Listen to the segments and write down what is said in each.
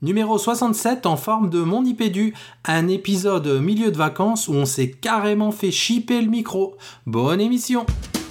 Numéro 67 en forme de Mon Nipédu, un épisode milieu de vacances où on s'est carrément fait chipper le micro. Bonne émission.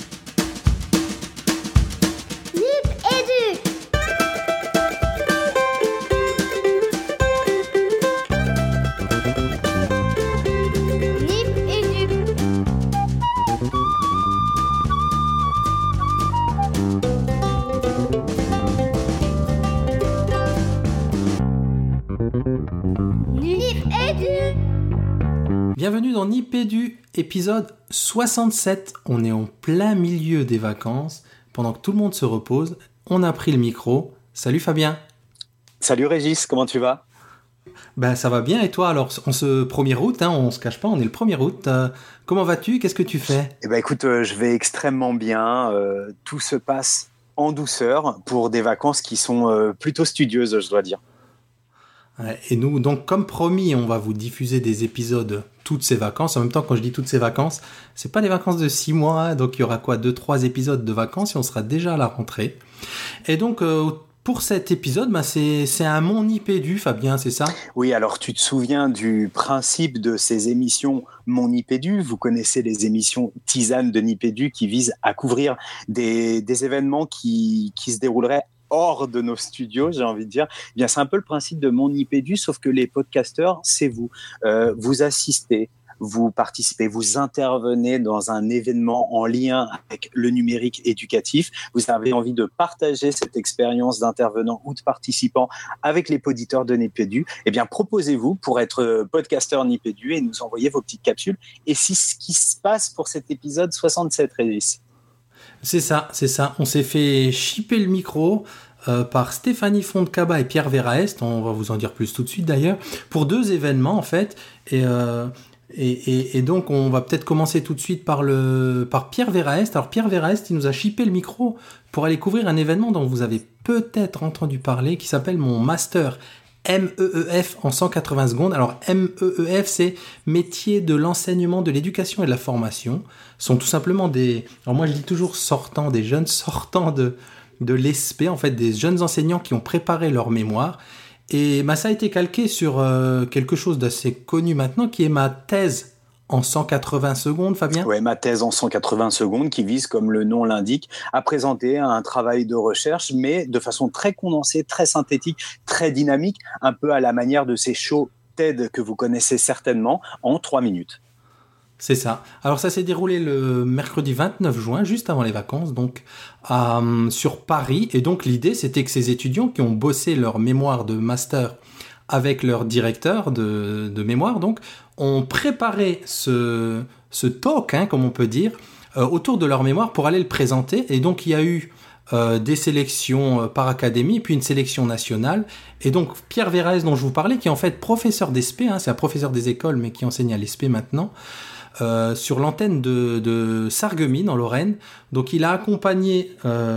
Bienvenue dans Nipédu, épisode 67. On est en plein milieu des vacances. Pendant que tout le monde se repose, on a pris le micro. Salut Fabien. Salut Régis, comment tu vas ? Ben, ça va bien et toi? Alors, en ce 1er août, on se cache pas, on est le 1er août. Comment vas-tu? Qu'est-ce que tu fais? Écoute, je vais extrêmement bien. Tout se passe en douceur pour des vacances qui sont plutôt studieuses, je dois dire. Et nous, donc, comme promis, on va vous diffuser des épisodes toutes ces vacances. En même temps, quand je dis toutes ces vacances, c'est pas des vacances de 6 mois, donc il y aura 2-3 épisodes de vacances et on sera déjà à la rentrée. Et donc, pour cet épisode, c'est un Mon Nipédu, Fabien, c'est ça? Oui, alors tu te souviens du principe de ces émissions Mon Nipédu. Vous connaissez les émissions Tisane de Nipédu qui visent à couvrir des événements qui se dérouleraient hors de nos studios, j'ai envie de dire. Eh bien, c'est un peu le principe de Mon Nipédu, sauf que les podcasteurs, c'est vous. Vous assistez, vous participez, vous intervenez dans un événement en lien avec le numérique éducatif. Vous avez envie de partager cette expérience d'intervenant ou de participant avec les poditeurs de Nipédu. Eh bien, proposez-vous pour être podcasteur Nipédu et nous envoyer vos petites capsules. Et c'est ce qui se passe pour cet épisode 67, Régis. C'est ça. On s'est fait chipper le micro par Stéphanie Fontcaba et Pierre Verhaest. On va vous en dire plus tout de suite d'ailleurs. Pour 2 événements en fait. Et donc on va peut-être commencer tout de suite par Pierre Verhaest. Alors Pierre Verhaest, il nous a chippé le micro pour aller couvrir un événement dont vous avez peut-être entendu parler qui s'appelle mon Master MEEF en 180 secondes. Alors MEEF, c'est métier de l'enseignement, de l'éducation et de la formation. Ce sont tout simplement alors moi je dis toujours des jeunes sortants de l'ESP, en fait des jeunes enseignants qui ont préparé leur mémoire. Et ça a été calqué sur quelque chose d'assez connu maintenant qui est ma thèse en 180 secondes, Fabien? Oui, ma thèse en 180 secondes qui vise, comme le nom l'indique, à présenter un travail de recherche, mais de façon très condensée, très synthétique, très dynamique, un peu à la manière de ces shows TED que vous connaissez certainement, en 3 minutes. C'est ça. Alors ça s'est déroulé le mercredi 29 juin, juste avant les vacances, donc sur Paris. Et donc l'idée, c'était que ces étudiants qui ont bossé leur mémoire de master avec leur directeur de mémoire, donc, ont préparé ce talk, comme on peut dire, autour de leur mémoire pour aller le présenter. Et donc, il y a eu des sélections par académie, puis une sélection nationale. Et donc, Pierre Verhaest, dont je vous parlais, qui est en fait professeur d'ESP, c'est un professeur des écoles, mais qui enseigne à l'ESP maintenant, sur l'antenne de Sarreguemines en Lorraine. Donc il a accompagné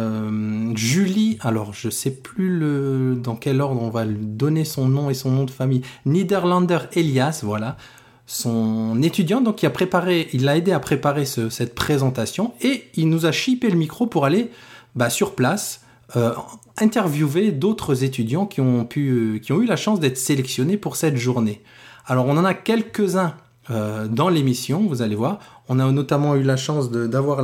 Julie, alors je sais plus dans quel ordre on va lui donner son nom et son nom de famille, Niederlander Elias, voilà, son étudiant, donc il l'a aidé à préparer cette présentation et il nous a chippé le micro pour aller sur place interviewer d'autres étudiants qui ont eu la chance d'être sélectionnés pour cette journée. Alors on en a quelques-uns dans l'émission, vous allez voir. On a notamment eu la chance d'avoir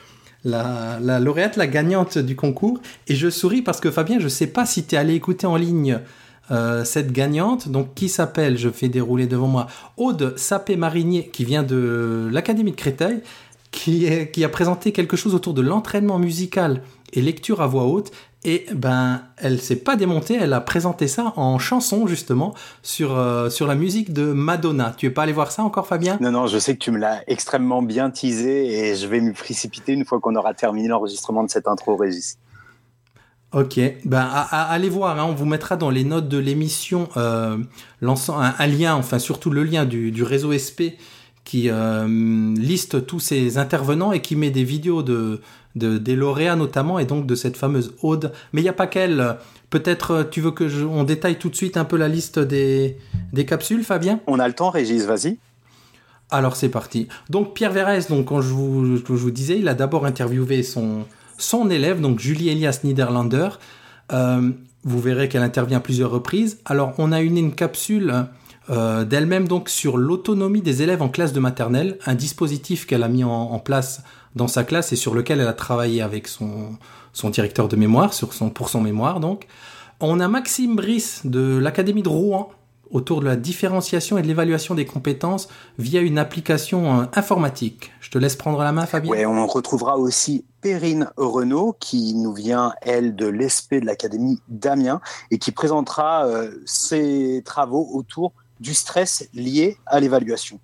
la lauréate, la gagnante du concours. Et je souris parce que Fabien, je ne sais pas si tu es allé écouter en ligne cette gagnante, donc qui s'appelle, je fais dérouler devant moi, Aude Sapé-Marinier, qui vient de l'Académie de Créteil, qui a présenté quelque chose autour de l'entraînement musical et lecture à voix haute. Et elle s'est pas démontée, elle a présenté ça en chanson justement sur la musique de Madonna. Tu es pas allé voir ça encore, Fabien? Non, je sais que tu me l'as extrêmement bien teasé et je vais m'y précipiter une fois qu'on aura terminé l'enregistrement de cette intro, Régis. Ok, allez voir, on vous mettra dans les notes de l'émission un lien, enfin surtout le lien du réseau SP qui liste tous ces intervenants et qui met des vidéos des lauréats notamment, et donc de cette fameuse Aude. Mais il n'y a pas qu'elle. Peut-être tu veux on détaille tout de suite un peu la liste des capsules, Fabien? On a le temps, Régis, vas-y. Alors c'est parti. Donc Pierre Verhaest, donc quand je vous disais, il a d'abord interviewé son élève, donc Julie Elias Niederlander. Vous verrez qu'elle intervient à plusieurs reprises. Alors, on a une capsule d'elle-même donc sur l'autonomie des élèves en classe de maternelle, un dispositif qu'elle a mis en place dans sa classe et sur lequel elle a travaillé avec son directeur de mémoire, pour son mémoire donc. On a Maxime Brice de l'Académie de Rouen autour de la différenciation et de l'évaluation des compétences via une application informatique. Je te laisse prendre la main, Fabien. Oui, on retrouvera aussi Perrine Renaud, qui nous vient, elle, de l'ESP de l'Académie d'Amiens, et qui présentera ses travaux autour du stress lié à l'évaluation.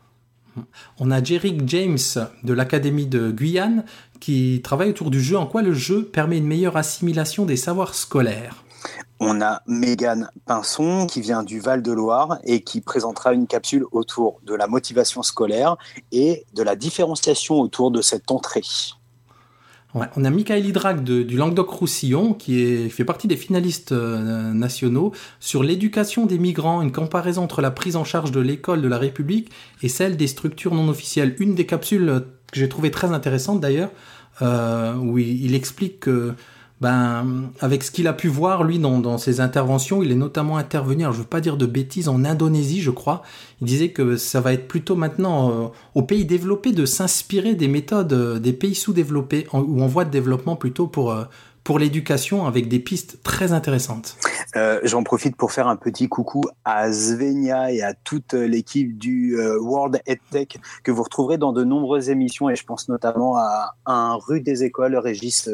On a Jerick James de l'Académie de Guyane, qui travaille autour du jeu, en quoi le jeu permet une meilleure assimilation des savoirs scolaires. On a Mégane Pinson qui vient du Val-de-Loire et qui présentera une capsule autour de la motivation scolaire et de la différenciation autour de cette entrée. Ouais, on a Michael Hydrac du Languedoc-Roussillon qui fait partie des finalistes nationaux sur l'éducation des migrants, une comparaison entre la prise en charge de l'école de la République et celle des structures non officielles. Une des capsules que j'ai trouvée très intéressante d'ailleurs, où il explique que avec ce qu'il a pu voir, lui, dans ses interventions, il est notamment intervenu, alors je ne veux pas dire de bêtises, en Indonésie, je crois. Il disait que ça va être plutôt maintenant aux pays développés de s'inspirer des méthodes des pays sous-développés, ou en voie de développement plutôt pour l'éducation, avec des pistes très intéressantes. J'en profite pour faire un petit coucou à Svenja et à toute l'équipe du World EdTech que vous retrouverez dans de nombreuses émissions, et je pense notamment à un Rue des Écoles, Régis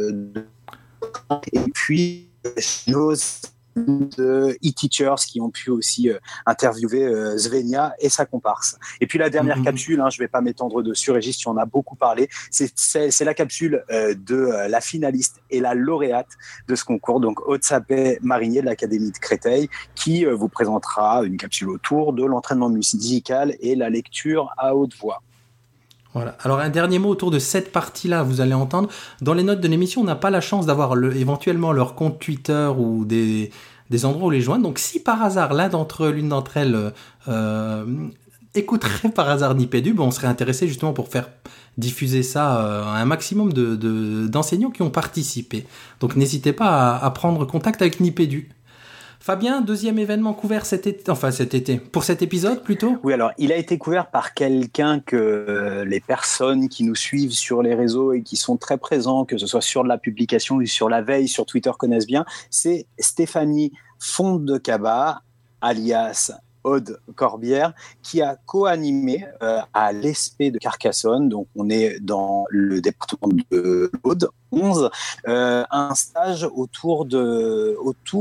et puis nos de e-teachers qui ont pu aussi interviewer Svenja et sa comparse. Et puis la dernière capsule, je ne vais pas m'étendre dessus, Régis, tu en as beaucoup parlé, c'est la capsule de la finaliste et la lauréate de ce concours, donc Aude-Sapet Marinier de l'Académie de Créteil, qui vous présentera une capsule autour de l'entraînement musical et la lecture à haute voix. Voilà. Alors un dernier mot autour de cette partie-là, vous allez entendre. Dans les notes de l'émission, on n'a pas la chance d'avoir éventuellement leur compte Twitter ou des endroits où les joindre. Donc si par hasard l'une d'entre elles écouterait par hasard Nipédu, on serait intéressé justement pour faire diffuser ça à un maximum d'enseignants qui ont participé. Donc n'hésitez pas à prendre contact avec Nipédu. Fabien, deuxième événement couvert cet été, pour cet épisode plutôt ? Oui, alors il a été couvert par quelqu'un que les personnes qui nous suivent sur les réseaux et qui sont très présents, que ce soit sur la publication ou sur la veille, sur Twitter, connaissent bien, c'est Stéphanie Fontecaba, alias Aude Corbière, qui a co-animé à l'ESP de Carcassonne, donc on est dans le département de l'Aude, 11, un stage autour de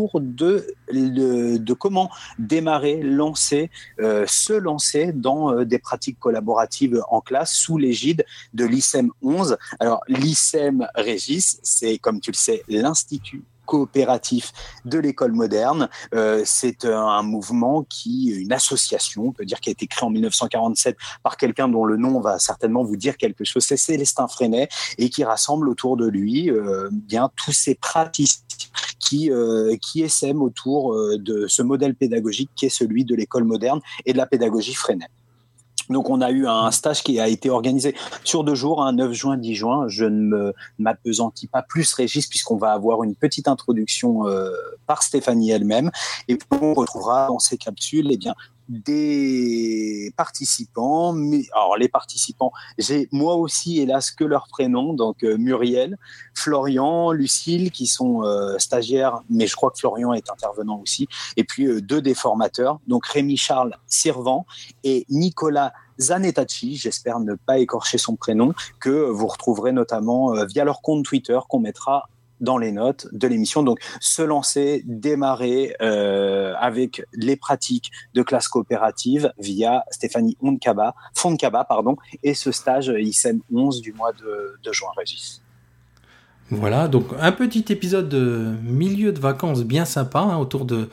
comment démarrer, se lancer dans des pratiques collaboratives en classe sous l'égide de l'ICEM 11. Alors l'ICEM, Régis, c'est, comme tu le sais, l'Institut coopératif de l'école moderne. C'est un mouvement une association, on peut dire, qui a été créée en 1947 par quelqu'un dont le nom va certainement vous dire quelque chose, c'est Célestin Freinet, et qui rassemble autour de lui bien tous ces praticiens qui essaiment autour de ce modèle pédagogique qui est celui de l'école moderne et de la pédagogie Freinet. Donc, on a eu un stage qui a été organisé sur 2 jours, 9 juin, 10 juin. Je ne m'appesantis pas plus, Régis, puisqu'on va avoir une petite introduction par Stéphanie elle-même. Et puis, on retrouvera dans ces capsules, des participants. Alors, les participants, j'ai moi aussi, hélas, que leur prénom. Donc, Muriel, Florian, Lucille, qui sont stagiaires, mais je crois que Florian est intervenant aussi. Et puis, 2 des formateurs, donc Rémi-Charles Sirvant et Nicolas Zanettacci, j'espère ne pas écorcher son prénom, que vous retrouverez notamment via leur compte Twitter qu'on mettra dans les notes de l'émission. Donc, se lancer, démarrer avec les pratiques de classe coopérative via Stéphanie Fontecaba, et ce stage ICEM 11 du mois de juin, Régis. Voilà, donc un petit épisode de milieu de vacances bien sympa autour de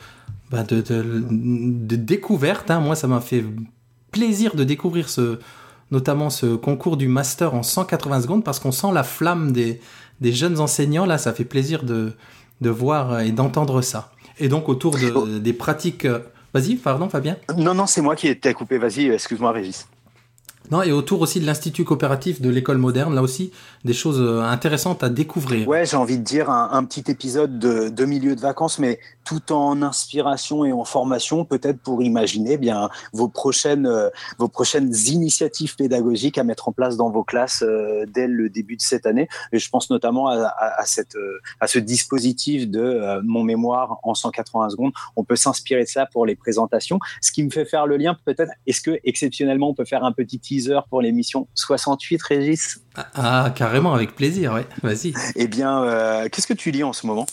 découverte. Moi, ça m'a fait plaisir de découvrir notamment ce concours du master en 180 secondes parce qu'on sent la flamme des jeunes enseignants. Là, ça fait plaisir de voir et d'entendre ça. Et donc, autour des pratiques... Vas-y, pardon, Fabien. Non, c'est moi qui ai été coupé. Vas-y, excuse-moi, Régis. Non, et autour aussi de l'Institut coopératif de l'école moderne, là aussi, des choses intéressantes à découvrir. Ouais, j'ai envie de dire un petit épisode de milieu de vacances, mais tout en inspiration et en formation, peut-être pour imaginer bien vos prochaines initiatives pédagogiques à mettre en place dans vos classes dès le début de cette année. Et je pense notamment à ce dispositif de mon mémoire en 180 secondes. On peut s'inspirer de ça pour les présentations. Ce qui me fait faire le lien, peut-être, est-ce que exceptionnellement on peut faire un petit teaser pour l'émission 68, Régis? Ah, carrément, avec plaisir, ouais. Vas-y. Eh bien, qu'est-ce que tu lis en ce moment?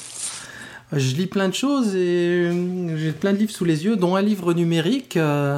Je lis plein de choses et j'ai plein de livres sous les yeux, dont un livre numérique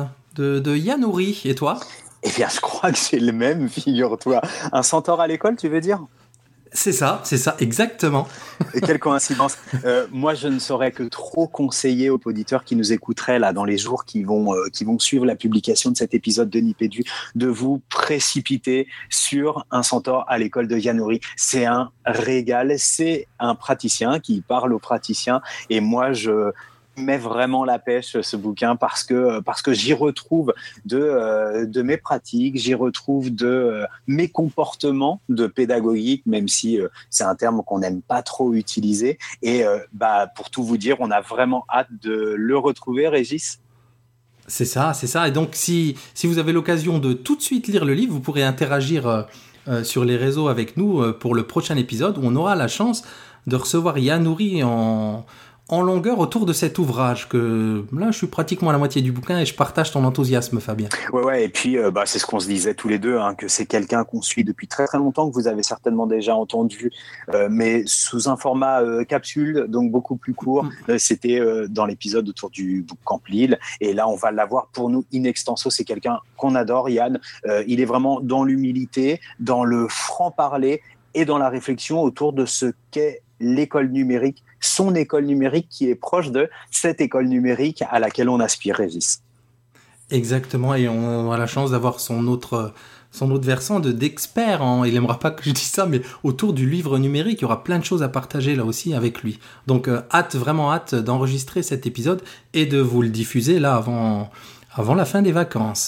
de Yann Oury. Et toi? Eh bien, je crois que c'est le même, figure-toi. Un centaure à l'école, tu veux dire? C'est ça, exactement. Et quelle coïncidence. Moi, je ne saurais que trop conseiller aux auditeurs qui nous écouteraient là dans les jours qui vont suivre la publication de cet épisode de Nipédu de vous précipiter sur Un centaure à l'école de Yann Oury. C'est un régal, c'est un praticien qui parle aux praticiens et moi, je met vraiment la pêche ce bouquin parce que j'y retrouve de mes pratiques, j'y retrouve de mes comportements de pédagogique, même si c'est un terme qu'on n'aime pas trop utiliser. Et pour tout vous dire, on a vraiment hâte de le retrouver, Régis. C'est ça. Et donc, si vous avez l'occasion de tout de suite lire le livre, vous pourrez interagir sur les réseaux avec nous pour le prochain épisode où on aura la chance de recevoir Yann Oury en longueur autour de cet ouvrage que là je suis pratiquement à la moitié du bouquin et je partage ton enthousiasme, Fabien. Ouais, et puis c'est ce qu'on se disait tous les deux, hein, que c'est quelqu'un qu'on suit depuis très très longtemps, que vous avez certainement déjà entendu, mais sous un format capsule, donc beaucoup plus court. C'était dans l'épisode autour du Bookcamp Lille, et là on va l'avoir pour nous in extenso. C'est quelqu'un qu'on adore, Yann. Il est vraiment dans l'humilité, dans le franc-parler et dans la réflexion autour de ce qu'est l'école numérique, son école numérique qui est proche de cette école numérique à laquelle on aspire, Régis. Exactement, et on a la chance d'avoir son autre versant d'expert. Il n'aimera pas que je dise ça, mais autour du livre numérique, il y aura plein de choses à partager là aussi avec lui. Donc vraiment hâte d'enregistrer cet épisode et de vous le diffuser là avant la fin des vacances.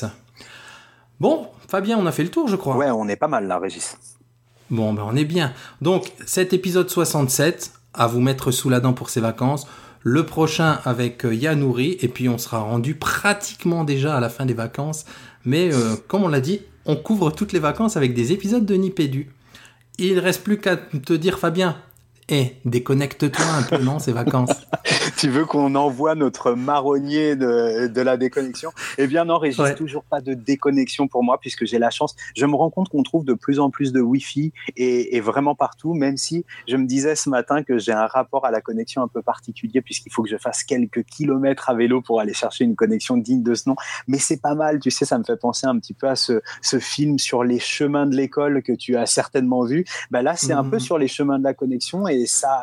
Bon, Fabien, on a fait le tour, je crois. Ouais, on est pas mal là, Régis. Bon, on est bien. Donc, cet épisode 67, à vous mettre sous la dent pour ces vacances. Le prochain avec Yann Oury. Et puis, on sera rendu pratiquement déjà à la fin des vacances. Mais, comme on l'a dit, on couvre toutes les vacances avec des épisodes de Nipédu. Il ne reste plus qu'à te dire, Fabien, déconnecte-toi un peu, non, ces vacances. Tu veux qu'on envoie notre marronnier de la déconnexion? Eh bien non, Régis, toujours pas de déconnexion pour moi, puisque j'ai la chance. Je me rends compte qu'on trouve de plus en plus de Wi-Fi et vraiment partout, même si je me disais ce matin que j'ai un rapport à la connexion un peu particulier, puisqu'il faut que je fasse quelques kilomètres à vélo pour aller chercher une connexion digne de ce nom. Mais c'est pas mal, tu sais, ça me fait penser un petit peu à ce film sur les chemins de l'école que tu as certainement vu. Là, c'est un peu sur les chemins de la connexion et ça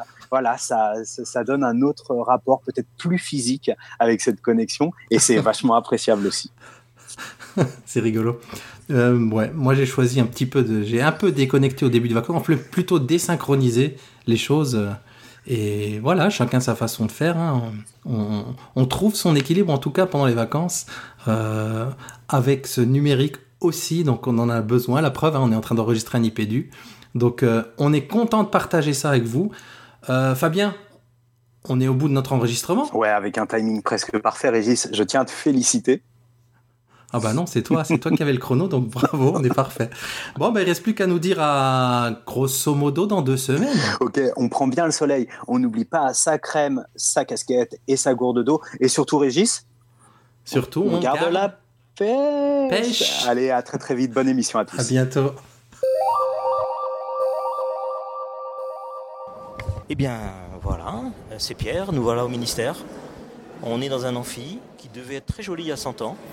donne un autre rapport peut-être plus physique avec cette connexion et c'est vachement appréciable aussi. C'est rigolo. Moi j'ai choisi j'ai un peu déconnecté au début de vacances, plutôt désynchronisé les choses et voilà, chacun sa façon de faire, hein. On trouve son équilibre en tout cas pendant les vacances avec ce numérique aussi, donc on en a besoin. La preuve, hein, on est en train d'enregistrer un Nipédu. Donc, on est content de partager ça avec vous. Fabien, on est au bout de notre enregistrement. Ouais, avec un timing presque parfait, Régis. Je tiens à te féliciter. Ah bah non, c'est toi qui avais le chrono, donc bravo, on est parfait. Bon, il ne reste plus qu'à nous dire grosso modo dans 2 semaines. Ok, on prend bien le soleil. On n'oublie pas sa crème, sa casquette et sa gourde d'eau. Et surtout, Régis, on garde la pêche. Allez, à très très vite. Bonne émission à tous. À bientôt. Eh bien, voilà, c'est Pierre, nous voilà au ministère. On est dans un amphi qui devait être très joli à 100 ans.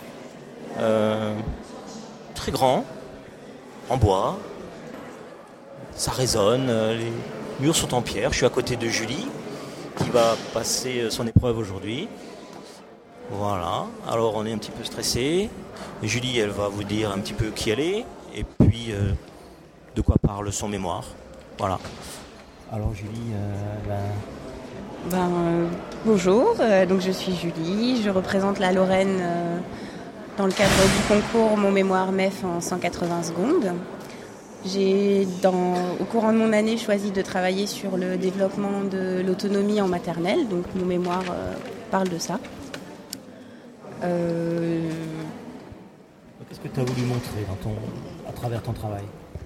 Très grand, en bois. Ça résonne, les murs sont en pierre. Je suis à côté de Julie, qui va passer son épreuve aujourd'hui. Voilà, alors on est un petit peu stressé. Julie, elle va vous dire un petit peu qui elle est, et puis de quoi parle son mémoire. Voilà. Alors Julie, bonjour, donc je suis Julie, je représente la Lorraine dans le cadre du concours Mon mémoire MEF en 180 secondes. J'ai, au courant de mon année, choisi de travailler sur le développement de l'autonomie en maternelle. Donc mon mémoire parle de ça. Qu'est-ce que tu as voulu montrer à travers ton travail ?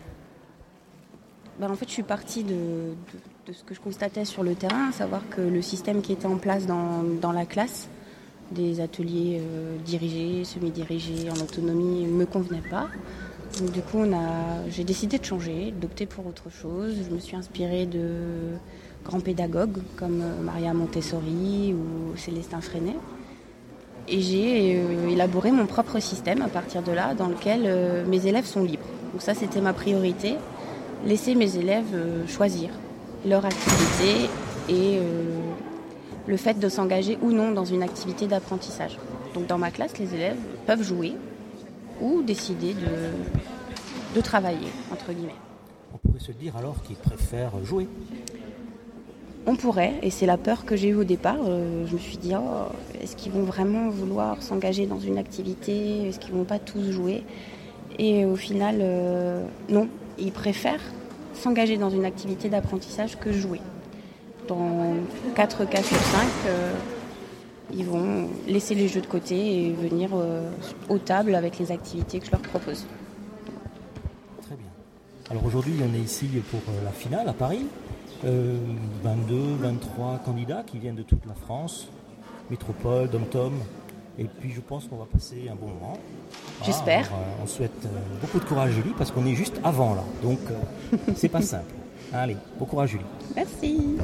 En fait, je suis partie de ce que je constatais sur le terrain, à savoir que le système qui était en place dans la classe, des ateliers dirigés, semi-dirigés, en autonomie, ne me convenait pas. Donc, du coup, j'ai décidé de changer, d'opter pour autre chose. Je me suis inspirée de grands pédagogues comme Maria Montessori ou Célestin Freinet. Et j'ai élaboré mon propre système à partir de là, dans lequel mes élèves sont libres. Donc ça, c'était ma priorité. Laisser mes élèves choisir leur activité et le fait de s'engager ou non dans une activité d'apprentissage. Donc dans ma classe, les élèves peuvent jouer ou décider de travailler, entre guillemets. On pourrait se dire alors qu'ils préfèrent jouer. On pourrait, et c'est la peur que j'ai eue au départ. Je me suis dit, est-ce qu'ils vont vraiment vouloir s'engager dans une activité ? Est-ce qu'ils ne vont pas tous jouer ? Et au final, non. Ils préfèrent s'engager dans une activité d'apprentissage que jouer. Dans 4 cas sur 5, ils vont laisser les jeux de côté et venir aux tables avec les activités que je leur propose. Très bien. Alors aujourd'hui, on est ici pour la finale à Paris. 22, 23 candidats qui viennent de toute la France, métropole, dom-tom. Et puis je pense qu'on va passer un bon moment. J'espère. Alors, on souhaite beaucoup de courage Julie parce qu'on est juste avant là. Donc c'est pas simple. Allez, bon courage Julie. Merci.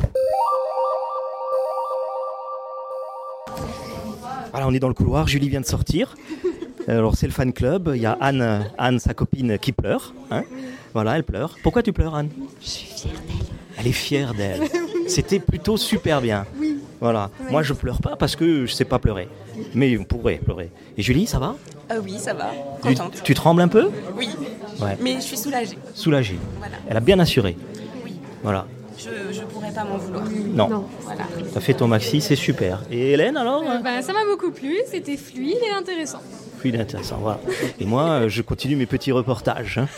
Voilà, on est dans le couloir, Julie vient de sortir. Alors c'est le fan club, il y a Anne, sa copine, qui pleure. Hein. Voilà, elle pleure. Pourquoi tu pleures Anne ? Je suis fière d'elle. Elle est fière d'elle. C'était plutôt super bien. Oui. Voilà. Oui. Moi je pleure pas parce que je sais pas pleurer. Mais on pourrait pleurer. Et Julie, ça va ? Oui, ça va. Contente. Tu trembles un peu ? Oui. Ouais. Mais je suis soulagée. Soulagée. Voilà. Elle a bien assuré. Oui. Voilà. Je pourrais pas m'en vouloir. Non. Voilà. T'as fait ton maxi, c'est super. Et Hélène alors ? Ça m'a beaucoup plu, c'était fluide et intéressant. Fluide et intéressant, voilà. Et moi, je continue mes petits reportages. Hein.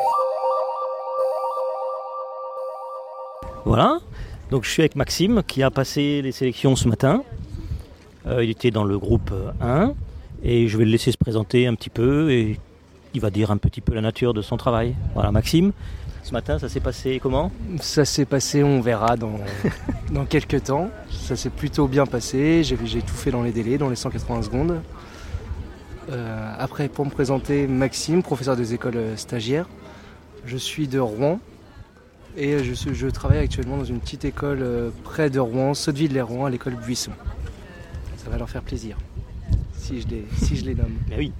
Voilà. Donc je suis avec Maxime qui a passé les sélections ce matin. Il était dans le groupe 1 et je vais le laisser se présenter un petit peu et il va dire un petit peu la nature de son travail. Voilà Maxime, ce matin ça s'est passé comment ? Ça s'est passé, on verra dans quelques temps. Ça s'est plutôt bien passé, j'ai tout fait dans les délais, dans les 180 secondes. Après pour me présenter, Maxime, professeur des écoles stagiaires. Je suis de Rouen. Et je travaille actuellement dans une petite école près de Rouen, Sotteville-les-Rouen, à l'école Buisson. Ça va leur faire plaisir, si je les nomme. Mais oui.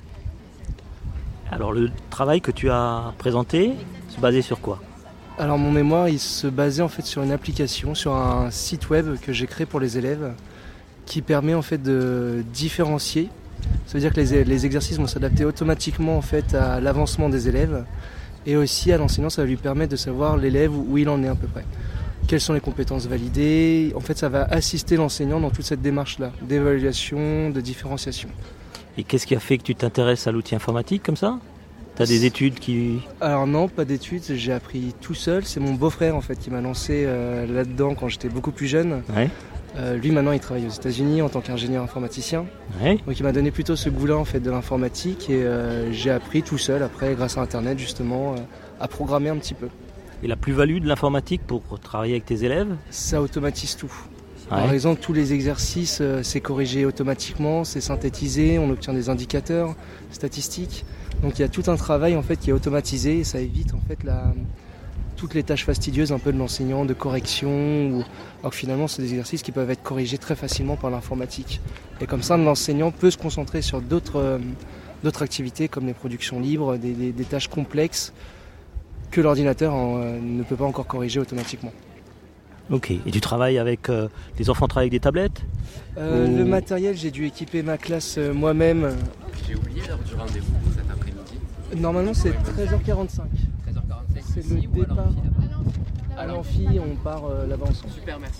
Alors le travail que tu as présenté se basait sur quoi ? Alors mon mémoire, il se basait en fait sur une application, sur un site web que j'ai créé pour les élèves, qui permet en fait de différencier. Ça veut dire que les exercices vont s'adapter automatiquement en fait à l'avancement des élèves. Et aussi à l'enseignant, ça va lui permettre de savoir l'élève où il en est à peu près. Quelles sont les compétences validées ? En fait, ça va assister l'enseignant dans toute cette démarche-là, d'évaluation, de différenciation. Et qu'est-ce qui a fait que tu t'intéresses à l'outil informatique comme ça ? Tu as des études qui... Alors non, pas d'études, j'ai appris tout seul. C'est mon beau-frère en fait qui m'a lancé là-dedans quand j'étais beaucoup plus jeune. Ouais. Lui maintenant il travaille aux États-Unis en tant qu'ingénieur informaticien. Ouais. Donc il m'a donné plutôt ce goût-là en fait de l'informatique et j'ai appris tout seul après grâce à internet justement à programmer un petit peu. Et la plus-value de l'informatique pour travailler avec tes élèves ? Ça automatise tout. Ouais. Par exemple, tous les exercices, c'est corrigé automatiquement, c'est synthétisé, on obtient des indicateurs statistiques. Donc il y a tout un travail en fait qui est automatisé et ça évite en fait toutes les tâches fastidieuses un peu de l'enseignant, de correction. Alors que finalement, c'est des exercices qui peuvent être corrigés très facilement par l'informatique. Et comme ça, l'enseignant peut se concentrer sur d'autres activités comme les productions libres, des tâches complexes que l'ordinateur ne peut pas encore corriger automatiquement. Ok, et tu travailles avec... les enfants travaillent avec des tablettes ? Le matériel, j'ai dû équiper ma classe moi-même. J'ai oublié l'heure du rendez-vous cet après-midi. Normalement, c'est 13h45. 13h45. C'est le départ. À l'amphi, on part là-bas ensemble. Super, merci.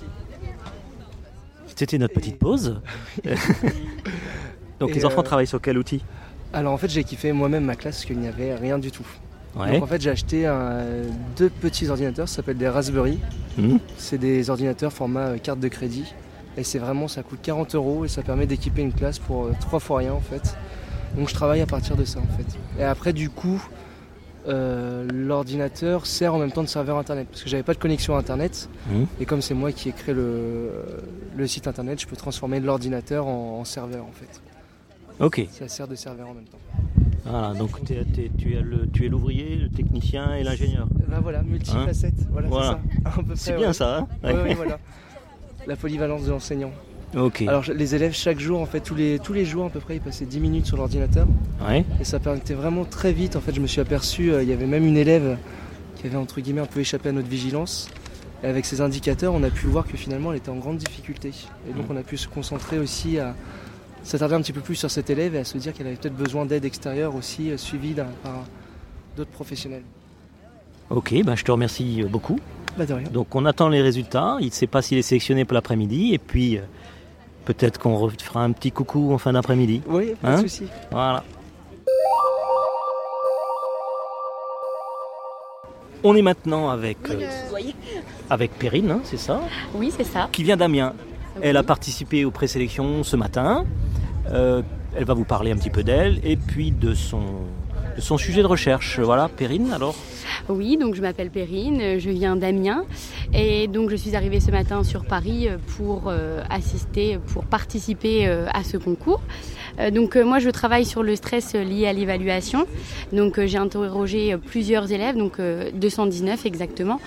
C'était notre petite pause. Donc les enfants travaillent sur quel outil ? Alors en fait j'ai kiffé moi-même ma classe parce qu'il n'y avait rien du tout. Ouais. Donc en fait j'ai acheté 2 petits ordinateurs, ça s'appelle des Raspberry. C'est des ordinateurs format carte de crédit. Et c'est vraiment, ça coûte 40 € et ça permet d'équiper une classe pour 3 fois rien en fait. Donc je travaille à partir de ça en fait. Et après du coup, l'ordinateur sert en même temps de serveur internet parce que j'avais pas de connexion internet. Et comme c'est moi qui ai créé le site internet, je peux transformer l'ordinateur en serveur en fait. Ok. Ça sert de serveur en même temps. Voilà, donc tu es l'ouvrier, le technicien et l'ingénieur. Ben voilà, multifacette, voilà. C'est ça. À peu près, c'est bien ça, hein. Ouais, voilà. La polyvalence de l'enseignant. Ok. Alors les élèves chaque jour, en fait, tous les jours à peu près, ils passaient 10 minutes sur l'ordinateur. Ouais. Et ça permettait vraiment très vite. En fait, je me suis aperçu, il y avait même une élève qui avait entre guillemets un peu échappé à notre vigilance. Et avec ces indicateurs, on a pu voir que finalement, elle était en grande difficulté. Et donc, on a pu se concentrer aussi à s'attarder un petit peu plus sur cette élève et à se dire qu'elle avait peut-être besoin d'aide extérieure aussi, suivie par d'autres professionnels. Ok, je te remercie beaucoup. De rien. Donc on attend les résultats, il ne sait pas s'il est sélectionné pour l'après-midi et puis peut-être qu'on refera un petit coucou en fin d'après-midi. Oui, pas de souci. Voilà. On est maintenant avec Perrine, hein, c'est ça ? Oui, c'est ça. Qui vient d'Amiens. Elle a participé aux présélections ce matin. Elle va vous parler un petit peu d'elle et puis de son sujet de recherche. Voilà, Perrine, alors ? Oui, donc je m'appelle Perrine, je viens d'Amiens et donc je suis arrivée ce matin sur Paris pour participer à ce concours. Donc moi je travaille sur le stress lié à l'évaluation. Donc j'ai interrogé plusieurs élèves, donc 219 exactement,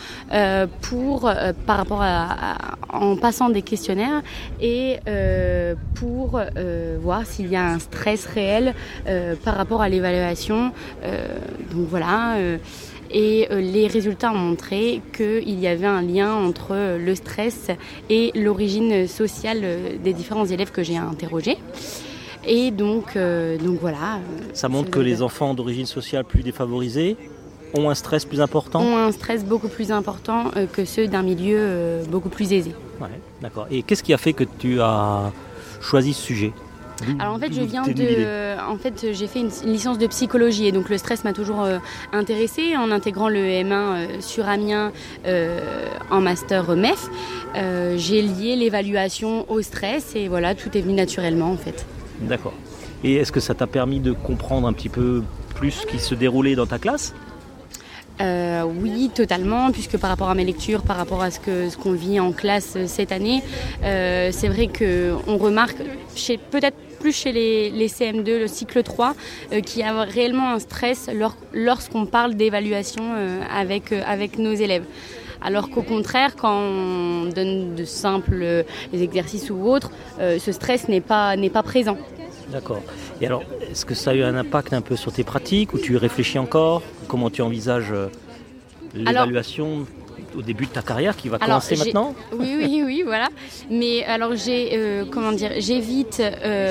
par rapport en passant des questionnaires et pour voir s'il y a un stress réel par rapport à l'évaluation. Donc voilà. Et les résultats ont montré qu'il y avait un lien entre le stress et l'origine sociale des différents élèves que j'ai interrogés. Et donc voilà. Ça montre que les enfants d'origine sociale plus défavorisée ont un stress plus important ? Ont un stress beaucoup plus important que ceux d'un milieu beaucoup plus aisé. Ouais, d'accord. Et qu'est-ce qui a fait que tu as choisi ce sujet ? Alors en fait, j'ai fait une licence de psychologie et donc le stress m'a toujours intéressée. En intégrant le M1 sur Amiens en master MEF, j'ai lié l'évaluation au stress et voilà, tout est venu naturellement en fait. D'accord. Et est-ce que ça t'a permis de comprendre un petit peu plus ce qui se déroulait dans ta classe ? Oui, totalement, puisque par rapport à mes lectures, par rapport à ce qu'on vit en classe cette année, c'est vrai qu'on remarque, peut-être plus chez les CM2, le cycle 3, qu'il y a réellement un stress lorsqu'on parle d'évaluation avec nos élèves. Alors qu'au contraire, quand on donne de simples exercices ou autres, ce stress n'est pas présent. D'accord. Et alors, est-ce que ça a eu un impact un peu sur tes pratiques ou tu y réfléchis encore ? Comment tu envisages l'évaluation au début de ta carrière qui va commencer maintenant ? Oui, voilà. Mais alors j'évite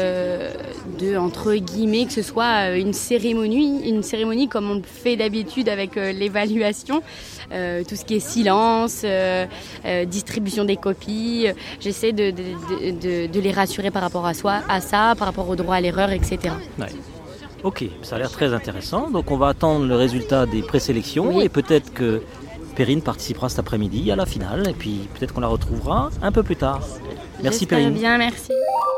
de, entre guillemets, que ce soit une cérémonie comme on le fait d'habitude avec l'évaluation. Tout ce qui est silence, distribution des copies, j'essaie de les rassurer par rapport à ça, par rapport au droit à l'erreur, etc. Ouais. Ok, ça a l'air très intéressant. Donc on va attendre le résultat des présélections et peut-être que Perrine participera cet après-midi à la finale et puis peut-être qu'on la retrouvera un peu plus tard. Merci Perrine. Bien, merci.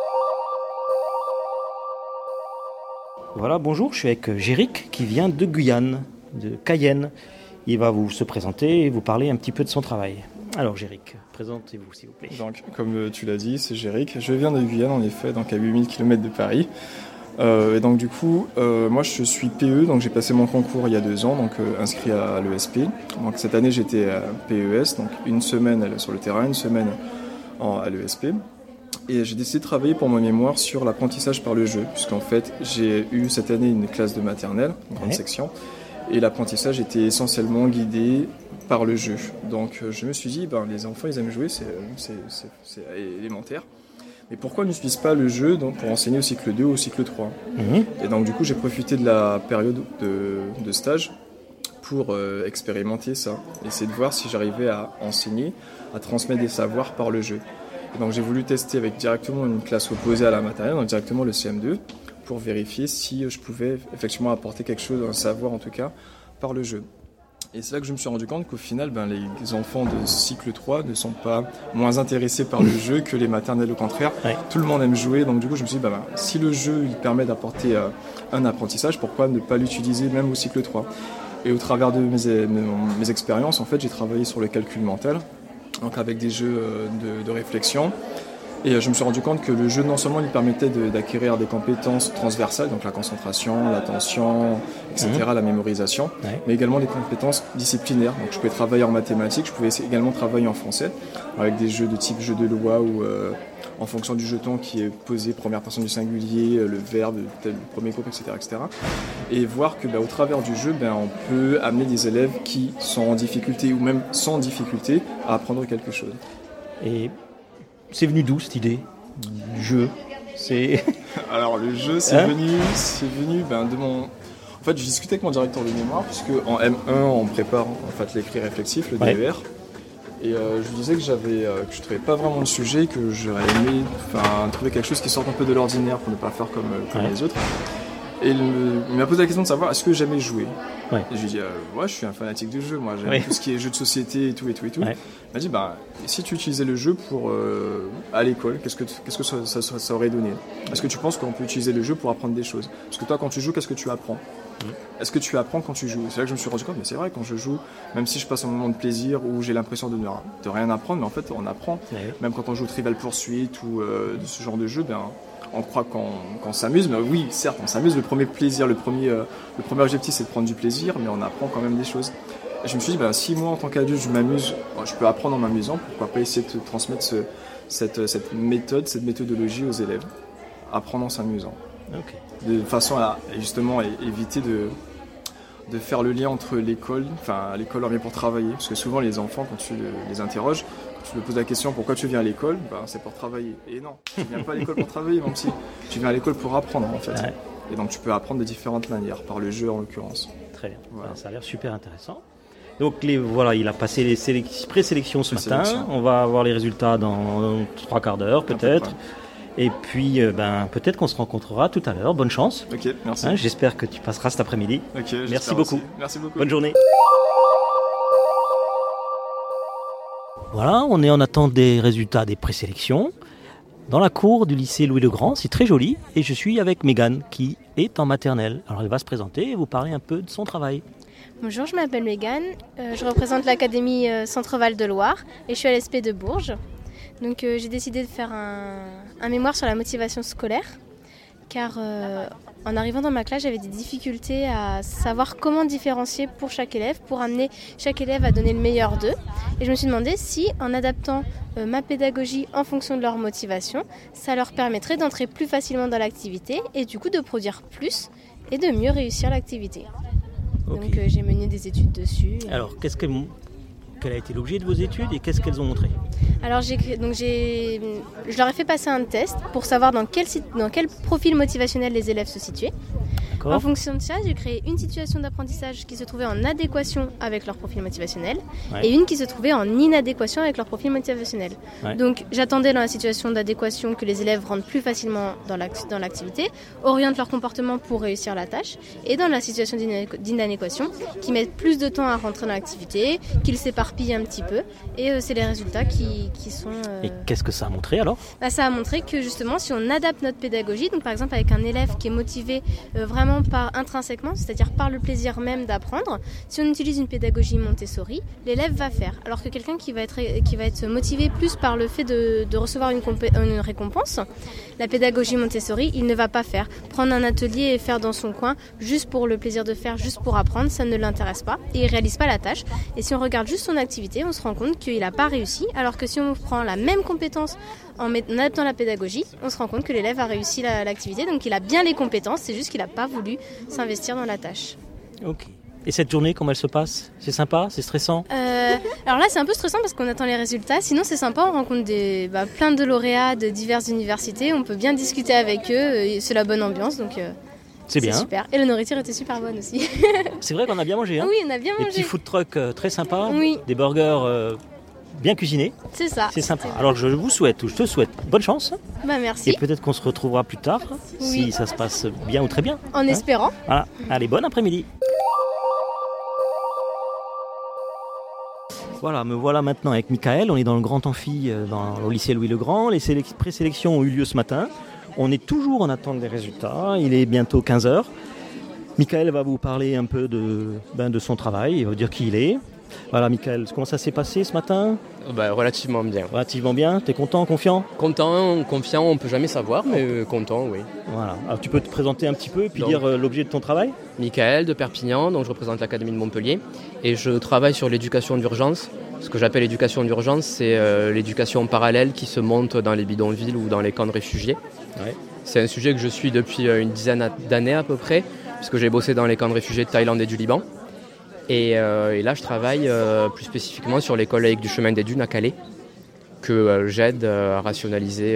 Voilà, bonjour, je suis avec Géric qui vient de Guyane, de Cayenne. Il va se présenter et vous parler un petit peu de son travail. Alors Géric, présentez-vous s'il vous plaît. Donc, comme tu l'as dit, c'est Géric. Je viens de Guyane en effet, donc à 8000 km de Paris. Et donc du coup, moi je suis PE, donc j'ai passé mon concours il y a 2 ans, donc inscrit à l'ESP. Donc cette année j'étais à PES, donc une semaine sur le terrain, une semaine à l'ESP. Et j'ai décidé de travailler pour mon mémoire sur l'apprentissage par le jeu, puisqu'en fait j'ai eu cette année une classe de maternelle, une grande section, et l'apprentissage était essentiellement guidé par le jeu. Donc je me suis dit, les enfants ils aiment jouer, c'est élémentaire. Mais pourquoi n'utilise pas le jeu pour enseigner au cycle 2 ou au cycle 3 ? Et donc du coup j'ai profité de la période de stage pour expérimenter ça, essayer de voir si j'arrivais à enseigner, à transmettre des savoirs par le jeu. Et donc j'ai voulu tester avec directement une classe opposée à la maternelle, donc directement le CM2, pour vérifier si je pouvais effectivement apporter quelque chose, un savoir en tout cas, par le jeu. Et c'est là que je me suis rendu compte qu'au final, les enfants de cycle 3 ne sont pas moins intéressés par le jeu que les maternelles au contraire. Ouais. Tout le monde aime jouer, donc du coup je me suis dit, si le jeu il permet d'apporter un apprentissage, pourquoi ne pas l'utiliser même au cycle 3 ? Et au travers de mes expériences, en fait, j'ai travaillé sur le calcul mental, donc avec des jeux de réflexion. Et je me suis rendu compte que le jeu, non seulement il permettait d'acquérir des compétences transversales, donc la concentration, l'attention, etc., la mémorisation, mais également des compétences disciplinaires. Donc je pouvais travailler en mathématiques, je pouvais également travailler en français, avec des jeux de type jeu de loi où, en fonction du jeton qui est posé, première personne du singulier, le verbe, le premier groupe, etc., etc. Et voir que au travers du jeu, on peut amener des élèves qui sont en difficulté ou même sans difficulté à apprendre quelque chose. Et c'est venu d'où cette idée du jeu ? Alors le jeu, c'est venu de mon... En fait, je discutais avec mon directeur de mémoire, puisque en M1, on prépare en fait l'écrit réflexif, le DER. Et je lui disais que je ne trouvais pas vraiment le sujet, que j'aurais aimé trouver quelque chose qui sorte un peu de l'ordinaire pour ne pas faire comme les autres. Et il m'a posé la question de savoir est-ce que j'aimais jouer. Et je lui ai dit je suis un fanatique de jeu, moi j'aime tout ce qui est jeu de société et tout. Il m'a dit si tu utilisais le jeu pour à l'école, qu'est-ce que ça aurait donné ? Est-ce que tu penses qu'on peut utiliser le jeu pour apprendre des choses ? Parce que toi quand tu joues, qu'est-ce que tu apprends ? Est-ce que tu apprends quand tu joues ? C'est là que je me suis rendu compte, mais c'est vrai, quand je joue, même si je passe un moment de plaisir où j'ai l'impression de rien apprendre, mais en fait on apprend. Même quand on joue au Trivial Pursuit ou de ce genre de jeu, on croit qu'on s'amuse, mais oui, certes, on s'amuse. Le premier plaisir, le premier objectif, c'est de prendre du plaisir, mais on apprend quand même des choses. Et je me suis dit, si moi, en tant qu'adulte, je m'amuse, je peux apprendre en m'amusant, pourquoi pas essayer de transmettre cette méthode, cette méthodologie aux élèves, apprendre en s'amusant. De façon à justement éviter de faire le lien entre l'école, l'école on vient pour travailler, parce que souvent les enfants, quand tu les interroges, tu me poses la question pourquoi tu viens à l'école, c'est pour travailler. Et non, tu viens pas à l'école pour travailler, mon petit. Tu viens à l'école pour apprendre en fait. Et donc tu peux apprendre de différentes manières, par le jeu en l'occurrence. Très bien, ça a l'air super intéressant. Donc il a passé les présélections ce matin, on va avoir les résultats dans 3/4 d'heure peut-être. Et puis peut-être qu'on se rencontrera tout à l'heure, bonne chance. Ok, merci. J'espère que tu passeras cet après-midi. Ok, merci beaucoup. Aussi. Merci beaucoup. Bonne journée. Voilà, on est en attente des résultats des présélections dans la cour du lycée Louis-le-Grand, c'est très joli, et je suis avec Mégane qui est en maternelle. Alors elle va se présenter et vous parler un peu de son travail. Bonjour, je m'appelle Mégane, je représente l'académie Centre-Val de Loire et je suis à l'ESP de Bourges. Donc j'ai décidé de faire un mémoire sur la motivation scolaire, car en arrivant dans ma classe, j'avais des difficultés à savoir comment différencier pour chaque élève, pour amener chaque élève à donner le meilleur d'eux. Et je me suis demandé si, en adaptant ma pédagogie en fonction de leur motivation, ça leur permettrait d'entrer plus facilement dans l'activité et du coup de produire plus et de mieux réussir l'activité. Donc j'ai mené des études dessus. Alors, quel a été l'objet de vos études et qu'est-ce qu'elles ont montré ? Alors je leur ai fait passer un test pour savoir dans quel profil motivationnel les élèves se situaient. En fonction de ça, j'ai créé une situation d'apprentissage qui se trouvait en adéquation avec leur profil motivationnel et une qui se trouvait en inadéquation avec leur profil motivationnel. Donc j'attendais dans la situation d'adéquation que les élèves rentrent plus facilement dans l'activité, orientent leur comportement pour réussir la tâche, et dans la situation d'inadéquation, qu'ils mettent plus de temps à rentrer dans l'activité, qu'ils s'éparpillent un petit peu, et c'est les résultats qui sont... Et qu'est-ce que ça a montré alors ? Ça a montré que justement, si on adapte notre pédagogie, donc par exemple avec un élève qui est motivé vraiment intrinsèquement, c'est-à-dire par le plaisir même d'apprendre, si on utilise une pédagogie Montessori, l'élève va faire. Alors que quelqu'un qui va être motivé plus par le fait de recevoir une récompense, la pédagogie Montessori, il ne va pas faire. Prendre un atelier et faire dans son coin, juste pour le plaisir de faire, juste pour apprendre, ça ne l'intéresse pas et il ne réalise pas la tâche. Et si on regarde juste son activité, on se rend compte qu'il n'a pas réussi, alors que si on prend la même compétence en adaptant la pédagogie, on se rend compte que l'élève a réussi l'activité, donc il a bien les compétences, c'est juste qu'il n'a pas voulu s'investir dans la tâche. Ok. Et cette journée, comment elle se passe ? C'est sympa ? C'est stressant ? Alors là, c'est un peu stressant parce qu'on attend les résultats. Sinon, c'est sympa, on rencontre plein de lauréats de diverses universités. On peut bien discuter avec eux, c'est la bonne ambiance, donc c'est bien. Super. Et la nourriture était super bonne aussi. C'est vrai qu'on a bien mangé, hein ? Oui, on a bien mangé. Des petits food trucks très sympas, oui. Des burgers bien cuisiner. C'est ça. C'est sympa. Alors je te souhaite bonne chance. Bah merci. Et peut-être qu'on se retrouvera plus tard, si ça se passe bien ou très bien. En espérant. Voilà. Allez, bon après-midi. Voilà, me voilà maintenant avec Michael. On est dans le grand amphi au lycée Louis-le-Grand. Les présélections ont eu lieu ce matin. On est toujours en attente des résultats. Il est bientôt 15h. Michael va vous parler un peu de son travail. Il va vous dire qui il est. Voilà, Michael, comment ça s'est passé ce matin ? Relativement bien. Relativement bien. T'es content, confiant ? Content, confiant, on peut jamais savoir, mais content, oui. Voilà. Alors tu peux te présenter un petit peu et puis dire l'objet de ton travail ? Michael de Perpignan, donc je représente l'Académie de Montpellier et je travaille sur l'éducation d'urgence. Ce que j'appelle l'éducation d'urgence, c'est l'éducation parallèle qui se monte dans les bidonvilles ou dans les camps de réfugiés. Ouais. C'est un sujet que je suis depuis une dizaine d'années à peu près, puisque j'ai bossé dans les camps de réfugiés de Thaïlande et du Liban. Et là, je travaille plus spécifiquement sur l'école laïque du chemin des dunes à Calais, que j'aide à rationaliser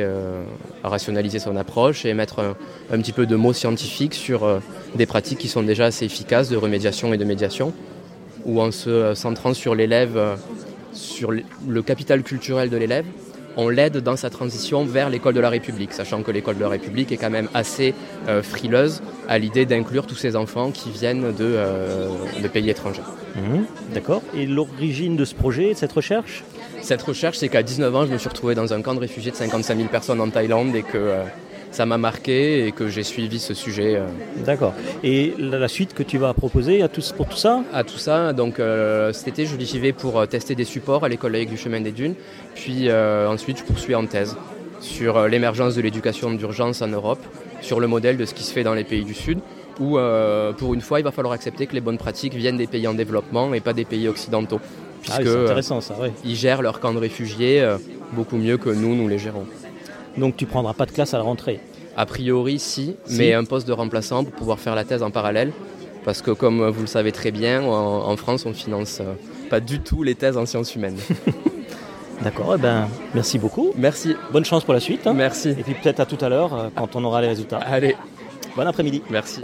son approche et mettre un petit peu de mots scientifiques sur des pratiques qui sont déjà assez efficaces de remédiation et de médiation, où en se centrant sur l'élève, sur le capital culturel de l'élève, on l'aide dans sa transition vers l'école de la République, sachant que l'école de la République est quand même assez frileuse à l'idée d'inclure tous ces enfants qui viennent de pays étrangers. D'accord. Et l'origine de ce projet, de cette recherche ? Cette recherche, c'est qu'à 19 ans, je me suis retrouvé dans un camp de réfugiés de 55 000 personnes en Thaïlande et que ça m'a marqué et que j'ai suivi ce sujet. D'accord. Et la suite que tu vas proposer pour tout ça ? À tout ça, donc cet été, j'y vais pour tester des supports à l'école laïque du chemin des dunes. Puis ensuite, je poursuis en thèse sur l'émergence de l'éducation d'urgence en Europe, sur le modèle de ce qui se fait dans les pays du Sud, où pour une fois, il va falloir accepter que les bonnes pratiques viennent des pays en développement et pas des pays occidentaux. Puisque c'est intéressant ça, oui. Ils gèrent leurs camps de réfugiés beaucoup mieux que nous les gérons. Donc tu ne prendras pas de classe à la rentrée ? A priori, si, mais un poste de remplaçant pour pouvoir faire la thèse en parallèle. Parce que comme vous le savez très bien, en France, on ne finance pas du tout les thèses en sciences humaines. D'accord, merci beaucoup. Merci. Bonne chance pour la suite. Merci. Et puis peut-être à tout à l'heure quand on aura les résultats. Allez. Bon après-midi. Merci.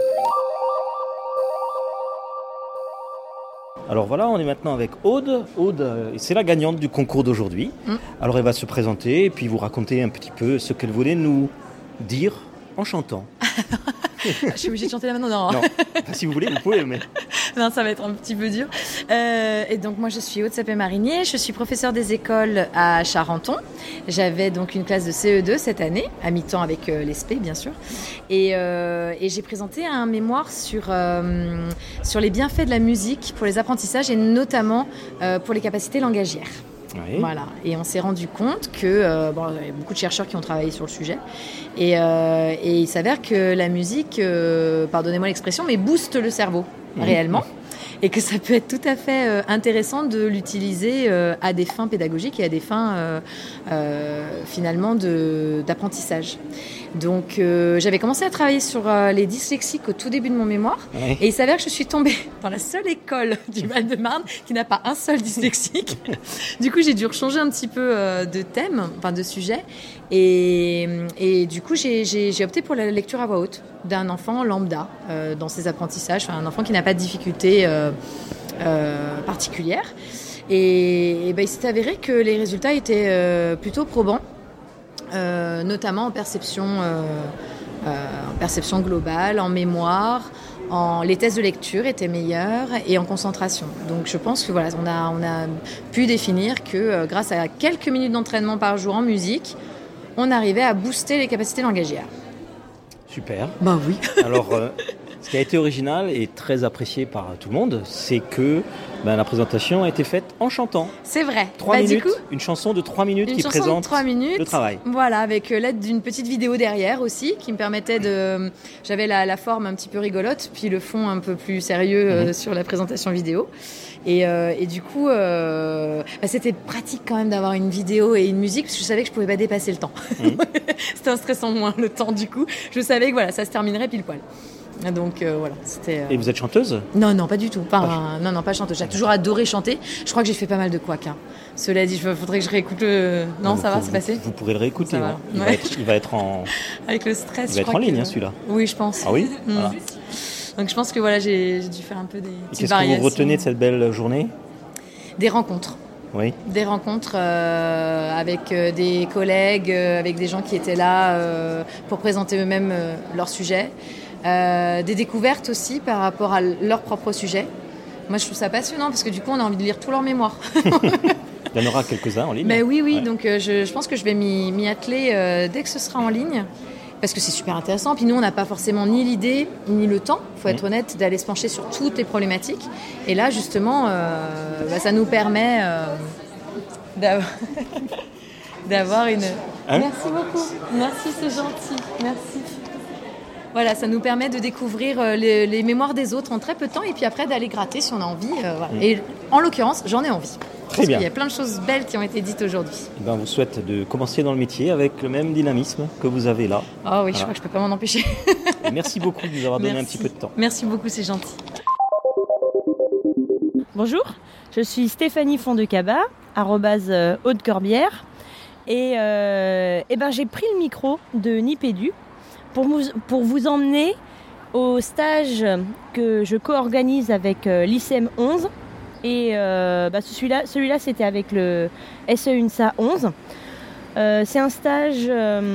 Alors voilà, on est maintenant avec Aude. Aude, c'est la gagnante du concours d'aujourd'hui. Alors elle va se présenter et puis vous raconter un petit peu ce qu'elle voulait nous dire en chantant. Je suis obligée de chanter là maintenant, non. Enfin, si vous voulez, vous pouvez, mais... Non, ça va être un petit peu dur. Et donc moi je suis Aude Sapé-Marinier, je suis professeure des écoles à Charenton. J'avais donc une classe de CE2 cette année, à mi-temps avec l'ESP bien sûr. Et j'ai présenté un mémoire sur les bienfaits de la musique pour les apprentissages et notamment pour les capacités langagières. Oui. Voilà. Et on s'est rendu compte que il y a beaucoup de chercheurs qui ont travaillé sur le sujet et il s'avère que la musique, pardonnez-moi l'expression, mais booste le cerveau réellement et que ça peut être tout à fait intéressant de l'utiliser à des fins pédagogiques et à des fins finalement d'apprentissage. Donc j'avais commencé à travailler sur les dyslexiques au tout début de mon mémoire et il s'avère que je suis tombée dans la seule école du Val-de-Marne qui n'a pas un seul dyslexique. Du coup j'ai dû changer un petit peu de thème, enfin de sujet et du coup j'ai opté pour la lecture à voix haute d'un enfant lambda dans ses apprentissages, enfin un enfant qui n'a pas de difficultés particulières et il s'est avéré que les résultats étaient plutôt probants. Notamment en perception globale, en mémoire, les tests de lecture étaient meilleurs et en concentration. Donc je pense que voilà, on a pu définir que grâce à quelques minutes d'entraînement par jour en musique, on arrivait à booster les capacités langagières. Super. Bah oui. Alors, ce qui a été original et très apprécié par tout le monde, c'est que la présentation a été faite en chantant. C'est vrai. 3 minutes, du coup, une chanson de 3 minutes qui présente 3 minutes, le travail. Voilà, avec l'aide d'une petite vidéo derrière aussi, qui me permettait de... J'avais la forme un petit peu rigolote, puis le fond un peu plus sérieux sur la présentation vidéo. Et du coup, c'était pratique quand même d'avoir une vidéo et une musique, parce que je savais que je pouvais pas dépasser le temps. C'était un stress en moins, le temps du coup. Je savais que voilà, ça se terminerait pile poil. Donc voilà, c'était... Et vous êtes chanteuse ? Non, pas du tout. Non, pas chanteuse. J'ai toujours adoré chanter. Je crois que j'ai fait pas mal de couacs. Cela dit, il faudrait que je réécoute le... Non, ça va, c'est passé ? Vous pourrez le réécouter. Hein. Il va être en... Avec le stress, il va être en ligne, celui-là. Oui, je pense. Ah oui ? Voilà. Donc je pense que voilà, j'ai dû faire un peu des petites Qu'est-ce variations. que vous retenez de cette belle journée ? Des rencontres. Oui. Des rencontres avec des collègues, avec des gens qui étaient là pour présenter eux-mêmes leur sujet. Des découvertes aussi par rapport à leur propre sujet. Moi, je trouve ça passionnant parce que du coup, on a envie de lire tous leurs mémoires. Il y en aura quelques-uns en ligne. Mais oui, Ouais. donc je pense que je vais m'y atteler dès que ce sera en ligne. Parce que c'est super intéressant. Puis nous, on n'a pas forcément ni l'idée, ni le temps, il faut être honnête, d'aller se pencher sur toutes les problématiques. Et là, justement, ça nous permet d'avoir une... Hein? Merci beaucoup. Merci, c'est gentil. Merci. Voilà, ça nous permet de découvrir les mémoires des autres en très peu de temps et puis après d'aller gratter si on a envie. Voilà. Et en l'occurrence, j'en ai envie. Très bien. Il y a plein de choses belles qui ont été dites aujourd'hui. Eh ben, on vous souhaite de commencer dans le métier avec le même dynamisme que vous avez là. Oh oui, je crois que je ne peux pas m'en empêcher. Et merci beaucoup de nous avoir donné un petit peu de temps. Merci beaucoup, c'est gentil. Bonjour, je suis Stéphanie Fondecaba, @Haute-Corbière. Et j'ai pris le micro de Nipédu pour vous emmener au stage que je co-organise avec l'ICEM 11. Et celui-là, c'était avec le SE-UNSA 11. C'est un stage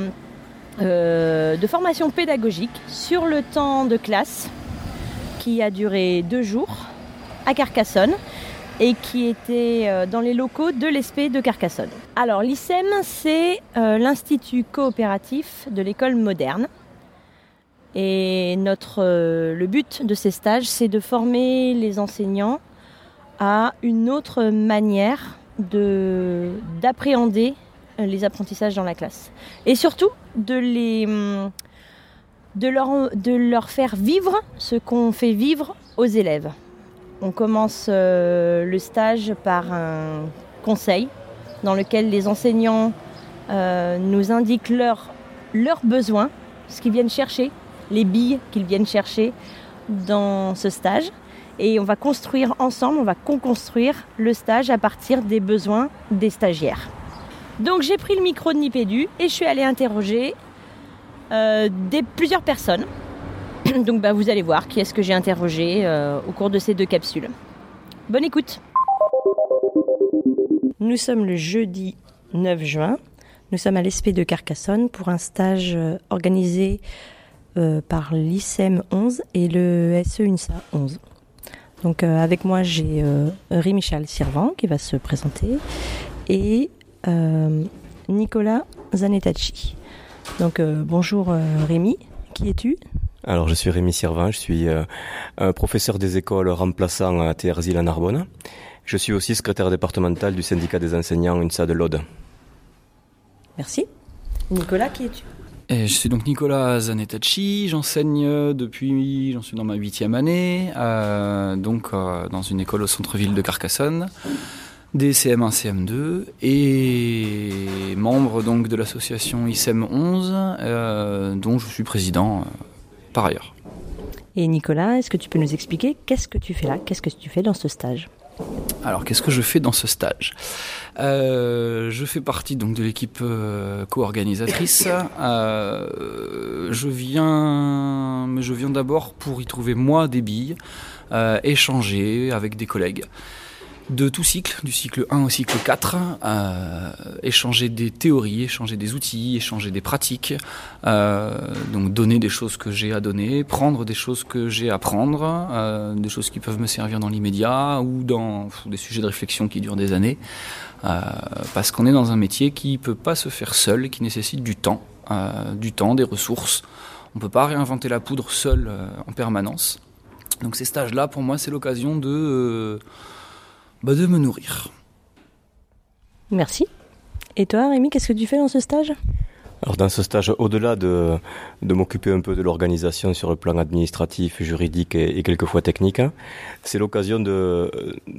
de formation pédagogique sur le temps de classe qui a duré 2 jours à Carcassonne et qui était dans les locaux de l'ESP de Carcassonne. Alors l'ICEM, c'est l'Institut coopératif de l'école moderne. Et le but de ces stages, c'est de former les enseignants à une autre manière d'appréhender les apprentissages dans la classe. Et surtout, de leur faire vivre ce qu'on fait vivre aux élèves. On commence le stage par un conseil dans lequel les enseignants nous indiquent leurs besoins, ce qu'ils viennent chercher, les billes qu'ils viennent chercher dans ce stage. Et on va construire ensemble, on va co-construire le stage à partir des besoins des stagiaires. Donc j'ai pris le micro de Nipédu et je suis allée interroger plusieurs personnes. Donc vous allez voir qui est-ce que j'ai interrogé au cours de ces 2 capsules. Bonne écoute. Nous sommes le jeudi 9 juin. Nous sommes à l'ESP de Carcassonne pour un stage organisé par l'ICEM 11 et le SE-UNSA 11. Donc avec moi j'ai Rémi-Charles Sirvan qui va se présenter et Nicolas Zanettacci. Donc bonjour Rémi, qui es-tu ? Alors je suis Rémi Sirvan, je suis professeur des écoles remplaçant à Thérzil en Narbonne. Je suis aussi secrétaire départemental du syndicat des enseignants UNSA de l'Aude. Merci. Nicolas, qui es-tu ? Et je suis donc Nicolas Zanettacci, j'enseigne j'en suis dans ma 8e année, dans une école au centre-ville de Carcassonne, des CM1, CM2, et membre donc de l'association ICEM 11, dont je suis président par ailleurs. Et Nicolas, est-ce que tu peux nous expliquer qu'est-ce que tu fais là ? Qu'est-ce que tu fais dans ce stage ? Alors, qu'est-ce que je fais dans ce stage ? Je fais partie donc de l'équipe co-organisatrice. Je viens d'abord pour y trouver moi des billes, échanger avec des collègues de tout cycle, du cycle 1 au cycle 4, échanger des théories, échanger des outils, échanger des pratiques, donc donner des choses que j'ai à donner, prendre des choses que j'ai à prendre, des choses qui peuvent me servir dans l'immédiat ou dans des sujets de réflexion qui durent des années, parce qu'on est dans un métier qui peut pas se faire seul et qui nécessite du temps, des ressources. On peut pas réinventer la poudre seul en permanence. Donc ces stages-là, pour moi, c'est l'occasion de me nourrir. Merci. Et toi, Rémi, qu'est-ce que tu fais dans ce stage ? Alors dans ce stage, au-delà de m'occuper un peu de l'organisation sur le plan administratif, juridique et quelquefois technique, c'est l'occasion de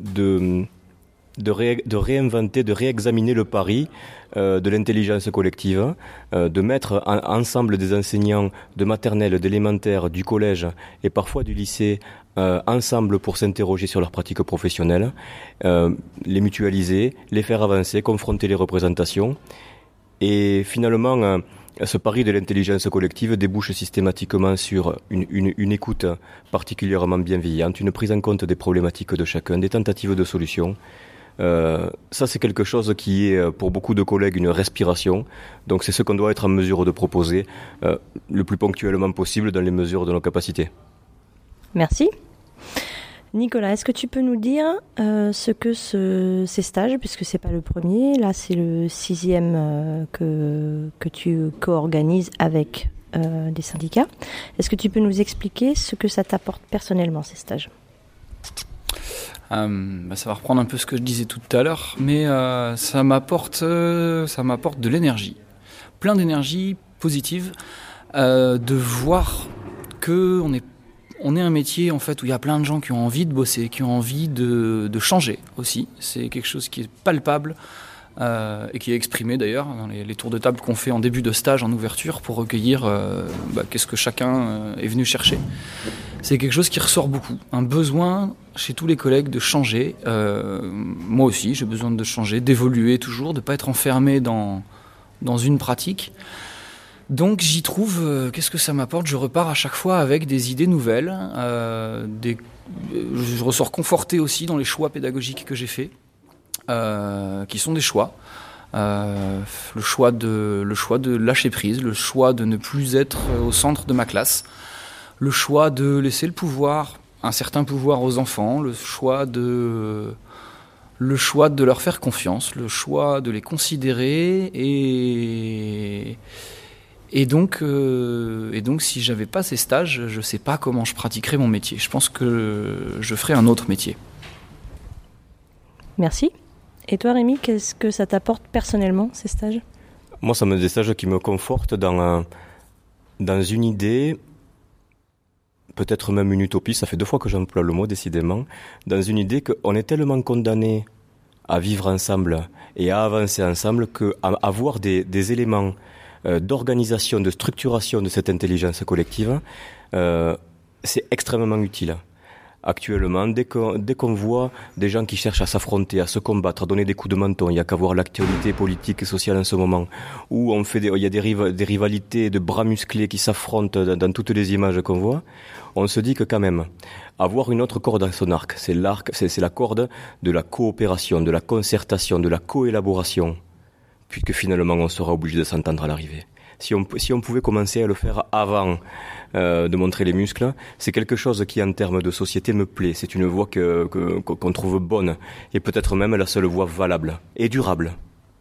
réinventer, de réexaminer le pari de l'intelligence collective, de mettre ensemble des enseignants de maternelle, d'élémentaire, du collège et parfois du lycée ensemble pour s'interroger sur leurs pratiques professionnelles, les mutualiser, les faire avancer, confronter les représentations. Et finalement, ce pari de l'intelligence collective débouche systématiquement sur une écoute particulièrement bienveillante, une prise en compte des problématiques de chacun, des tentatives de solutions, Ça, c'est quelque chose qui est pour beaucoup de collègues une respiration. Donc c'est ce qu'on doit être en mesure de proposer le plus ponctuellement possible dans les mesures de nos capacités. Merci. Nicolas, est-ce que tu peux nous dire ce que ces stages, puisque c'est pas le premier, là c'est le 6e que tu co-organises avec des syndicats. Est-ce que tu peux nous expliquer ce que ça t'apporte personnellement, ces stages ? Ça va reprendre un peu ce que je disais tout à l'heure, mais ça m'apporte de l'énergie, plein d'énergie positive, de voir que on est un métier en fait où il y a plein de gens qui ont envie de bosser, qui ont envie de changer aussi. C'est quelque chose qui est palpable et qui est exprimé d'ailleurs dans les tours de table qu'on fait en début de stage, en ouverture, pour recueillir qu'est-ce que chacun est venu chercher. C'est quelque chose qui ressort beaucoup, un besoin chez tous les collègues de changer. Moi aussi, j'ai besoin de changer, d'évoluer toujours, de ne pas être enfermé dans une pratique. Donc j'y trouve, qu'est-ce que ça m'apporte ? Je repars à chaque fois avec des idées nouvelles. Je ressors conforté aussi dans les choix pédagogiques que j'ai faits, qui sont des choix. Le choix de lâcher prise, le choix de ne plus être au centre de ma classe, le choix de laisser le pouvoir, un certain pouvoir aux enfants, le choix de leur faire confiance, le choix de les considérer et donc si j'avais pas ces stages, je sais pas comment je pratiquerais mon métier. Je pense que je ferais un autre métier. Merci. Et toi, Rémi, qu'est-ce que ça t'apporte personnellement, ces stages ? Moi, ça me des stages qui me confortent dans une idée, peut-être même une utopie, ça fait 2 fois que j'emploie le mot, décidément, dans une idée qu'on est tellement condamnés à vivre ensemble et à avancer ensemble qu'à avoir des éléments d'organisation, de structuration de cette intelligence collective, c'est extrêmement utile. Actuellement, dès qu'on voit des gens qui cherchent à s'affronter, à se combattre, à donner des coups de menton, il n'y a qu'à voir l'actualité politique et sociale en ce moment, où il y a des rivalités de bras musclés qui s'affrontent dans toutes les images qu'on voit, on se dit que quand même, avoir une autre corde à son arc, c'est la corde de la coopération, de la concertation, de la coélaboration, puisque finalement on sera obligé de s'entendre à l'arrivée. Si on pouvait commencer à le faire avant de montrer les muscles, c'est quelque chose qui en termes de société me plaît. C'est une voie qu'on trouve bonne et peut-être même la seule voie valable et durable.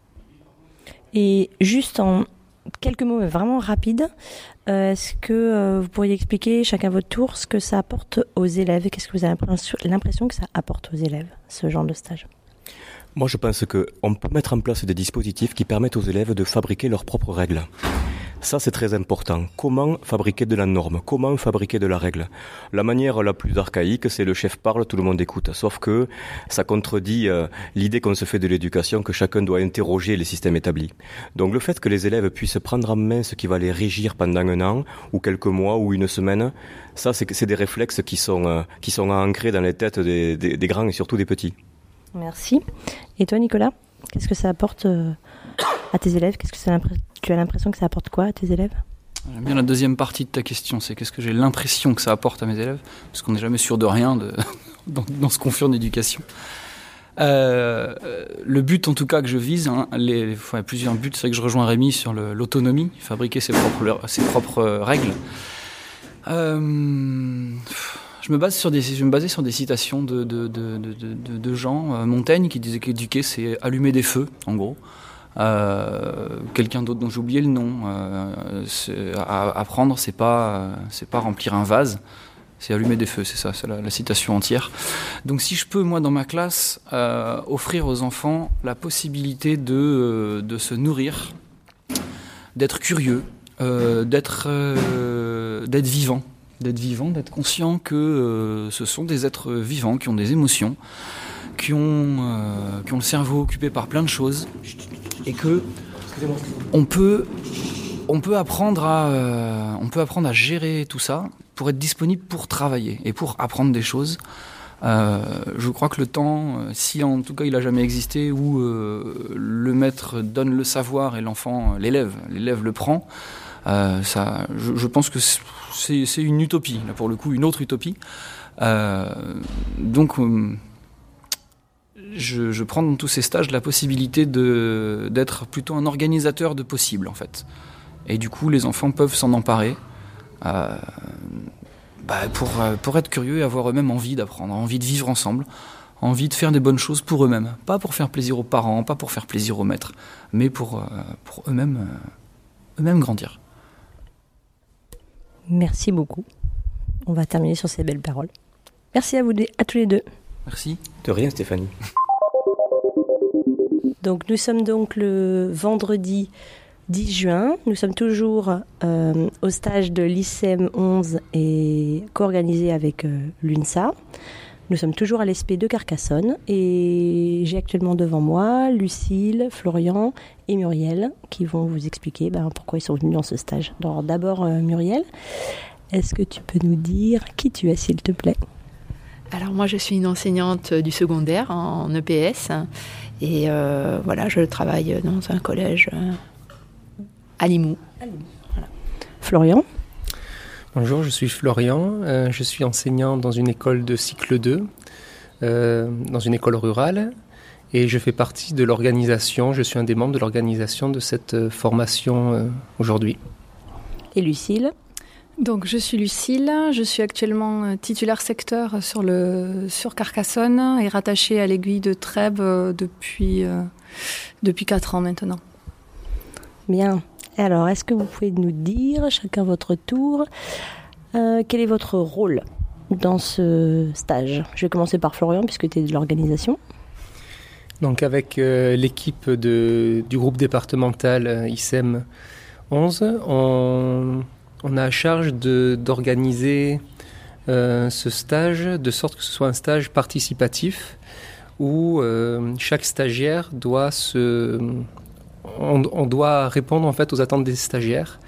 Et juste en quelques mots vraiment rapides, est-ce que vous pourriez expliquer chacun votre tour ce que ça apporte aux élèves ? Qu'est-ce que vous avez l'impression que ça apporte aux élèves, ce genre de stage ? Moi, je pense qu'on peut mettre en place des dispositifs qui permettent aux élèves de fabriquer leurs propres règles. Ça, c'est très important. Comment fabriquer de la norme ? Comment fabriquer de la règle ? La manière la plus archaïque, c'est le chef parle, tout le monde écoute. Sauf que ça contredit l'idée qu'on se fait de l'éducation, que chacun doit interroger les systèmes établis. Donc le fait que les élèves puissent prendre en main ce qui va les régir pendant 1 an, ou quelques mois, ou une semaine, ça, c'est des réflexes qui sont ancrés dans les têtes des grands et surtout des petits. Merci. Et toi, Nicolas, qu'est-ce que ça apporte à tes élèves ? Tu as l'impression que ça apporte quoi à tes élèves ? J'aime bien la deuxième partie de ta question, c'est qu'est-ce que j'ai l'impression que ça apporte à mes élèves ? Parce qu'on n'est jamais sûr de rien dans ce qu'on fait en éducation. Le but en tout cas que je vise, il y a plusieurs buts, c'est vrai que je rejoins Rémi sur l'autonomie, fabriquer ses propres règles. Je me basais sur des citations de gens. Montaigne qui disait qu'éduquer, c'est allumer des feux, en gros. Quelqu'un d'autre dont j'ai oublié le nom. Apprendre, c'est pas remplir un vase, c'est allumer des feux, c'est ça, c'est la citation entière. Donc si je peux, moi, dans ma classe, offrir aux enfants la possibilité de se nourrir, d'être curieux, d'être vivant. D'être conscient que ce sont des êtres vivants qui ont des émotions, qui ont le cerveau occupé par plein de choses, et que on peut apprendre à gérer tout ça pour être disponible pour travailler et pour apprendre des choses. Je crois que le temps, si en tout cas il a jamais existé, où le maître donne le savoir et l'élève le prend, je pense que c'est une utopie, là pour le coup, une autre utopie. Donc, je prends dans tous ces stages la possibilité d'être plutôt un organisateur de possible, en fait. Et du coup, les enfants peuvent s'en emparer pour être curieux et avoir eux-mêmes envie d'apprendre, envie de vivre ensemble, envie de faire des bonnes choses pour eux-mêmes. Pas pour faire plaisir aux parents, pas pour faire plaisir aux maîtres, mais pour eux-mêmes grandir. Merci beaucoup. On va terminer sur ces belles paroles. Merci à tous les deux. Merci. De rien, Stéphanie. Donc, nous sommes donc le vendredi 10 juin. Nous sommes toujours au stage de l'ICEM 11 et co-organisé avec l'UNSA. Nous sommes toujours à l'ESP de Carcassonne et j'ai actuellement devant moi Lucille, Florian et Muriel qui vont vous expliquer pourquoi ils sont venus dans ce stage. Alors, d'abord, Muriel, est-ce que tu peux nous dire qui tu es, s'il te plaît ? Alors moi je suis une enseignante du secondaire en EPS et je travaille dans un collège à Limoux. Voilà. Florian ? Bonjour, je suis Florian, je suis enseignant dans une école de cycle 2, dans une école rurale et je fais partie de l'organisation, je suis un des membres de l'organisation de cette formation aujourd'hui. Et Lucille ? Donc je suis Lucille, je suis actuellement titulaire secteur sur Carcassonne et rattachée à l'aiguille de Trèbes depuis 4 ans maintenant. Bien. Alors, est-ce que vous pouvez nous dire, chacun votre tour, quel est votre rôle dans ce stage ? Je vais commencer par Florian puisque tu es de l'organisation. Donc avec l'équipe du groupe départemental ICEM 11, on a à charge d'organiser ce stage de sorte que ce soit un stage participatif où chaque stagiaire doit on doit répondre en fait aux attentes des stagiaires.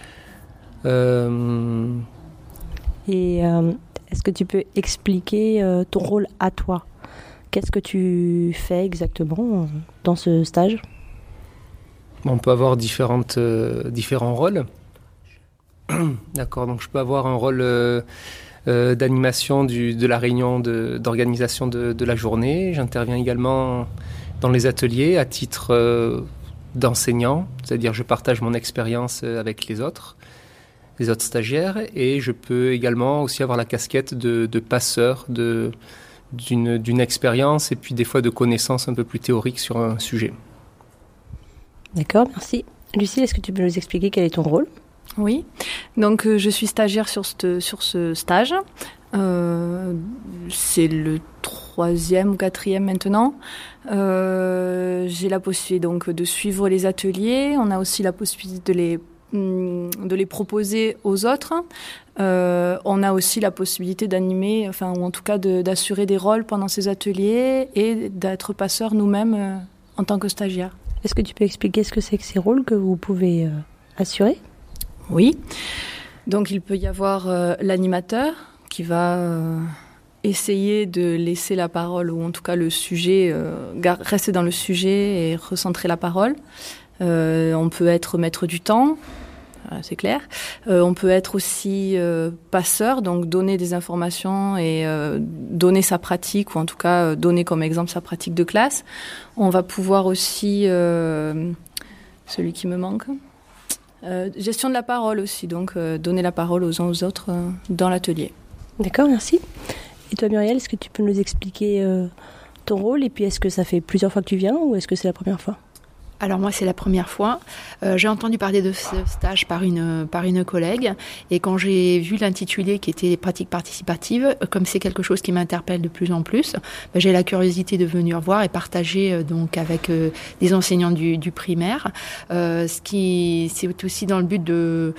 Et est-ce que tu peux expliquer ton rôle à toi ? Qu'est-ce que tu fais exactement dans ce stage ? On peut avoir différents rôles. D'accord, donc je peux avoir un rôle d'animation de la réunion d'organisation de la journée. J'interviens également dans les ateliers à titre d'enseignant, c'est-à-dire je partage mon expérience avec les autres stagiaires et je peux également aussi avoir la casquette de passeur d'une expérience et puis des fois de connaissances un peu plus théoriques sur un sujet. D'accord, merci. Lucie, est-ce que tu peux nous expliquer quel est ton rôle ? Oui, donc je suis stagiaire sur ce stage. C'est le 3e ou 4e maintenant. J'ai la possibilité donc de suivre les ateliers. On a aussi la possibilité de les proposer aux autres. On a aussi la possibilité d'animer, ou en tout cas d'assurer des rôles pendant ces ateliers et d'être passeurs nous-mêmes en tant que stagiaires. Est-ce que tu peux expliquer ce que c'est que ces rôles que vous pouvez assurer ? Oui. Donc il peut y avoir l'animateur qui va essayer de laisser la parole, ou en tout cas le sujet, rester dans le sujet et recentrer la parole. On peut être maître du temps, c'est clair. On peut être aussi passeur, donc donner des informations et donner sa pratique, ou en tout cas donner comme exemple sa pratique de classe. On va pouvoir aussi, celui qui me manque, gestion de la parole aussi, donc donner la parole aux uns aux autres dans l'atelier. D'accord, merci. Et toi Muriel, est-ce que tu peux nous expliquer ton rôle et puis est-ce que ça fait plusieurs fois que tu viens ou est-ce que c'est la première fois ? Alors moi, c'est la première fois. J'ai entendu parler de ce stage par une collègue. Et quand j'ai vu l'intitulé qui était pratiques participatives, comme c'est quelque chose qui m'interpelle de plus en plus, j'ai la curiosité de venir voir et partager donc avec des enseignants du primaire. Ce qui c'est aussi dans le but de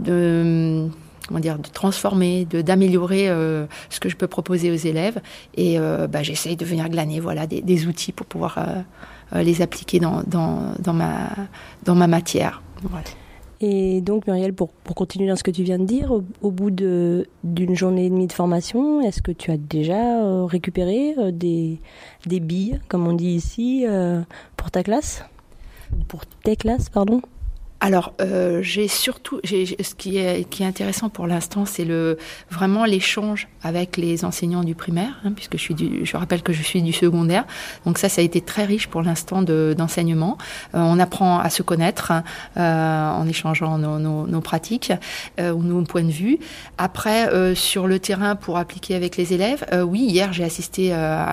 transformer, d'améliorer ce que je peux proposer aux élèves. Et j'essaye de venir glaner des outils pour pouvoir les appliquer dans ma matière. Voilà. Et donc Muriel, pour continuer dans ce que tu viens de dire, au bout d'une journée et demie de formation, est-ce que tu as déjà récupéré des billes, comme on dit ici, pour ta classe ? Pour tes classes, pardon ? Alors, ce qui est intéressant pour l'instant, c'est vraiment l'échange avec les enseignants du primaire, puisque je rappelle que je suis du secondaire. Donc ça a été très riche pour l'instant d'enseignement. On apprend à se connaître en échangeant nos pratiques ou nos points de vue. Après, sur le terrain pour appliquer avec les élèves, oui, hier j'ai assisté à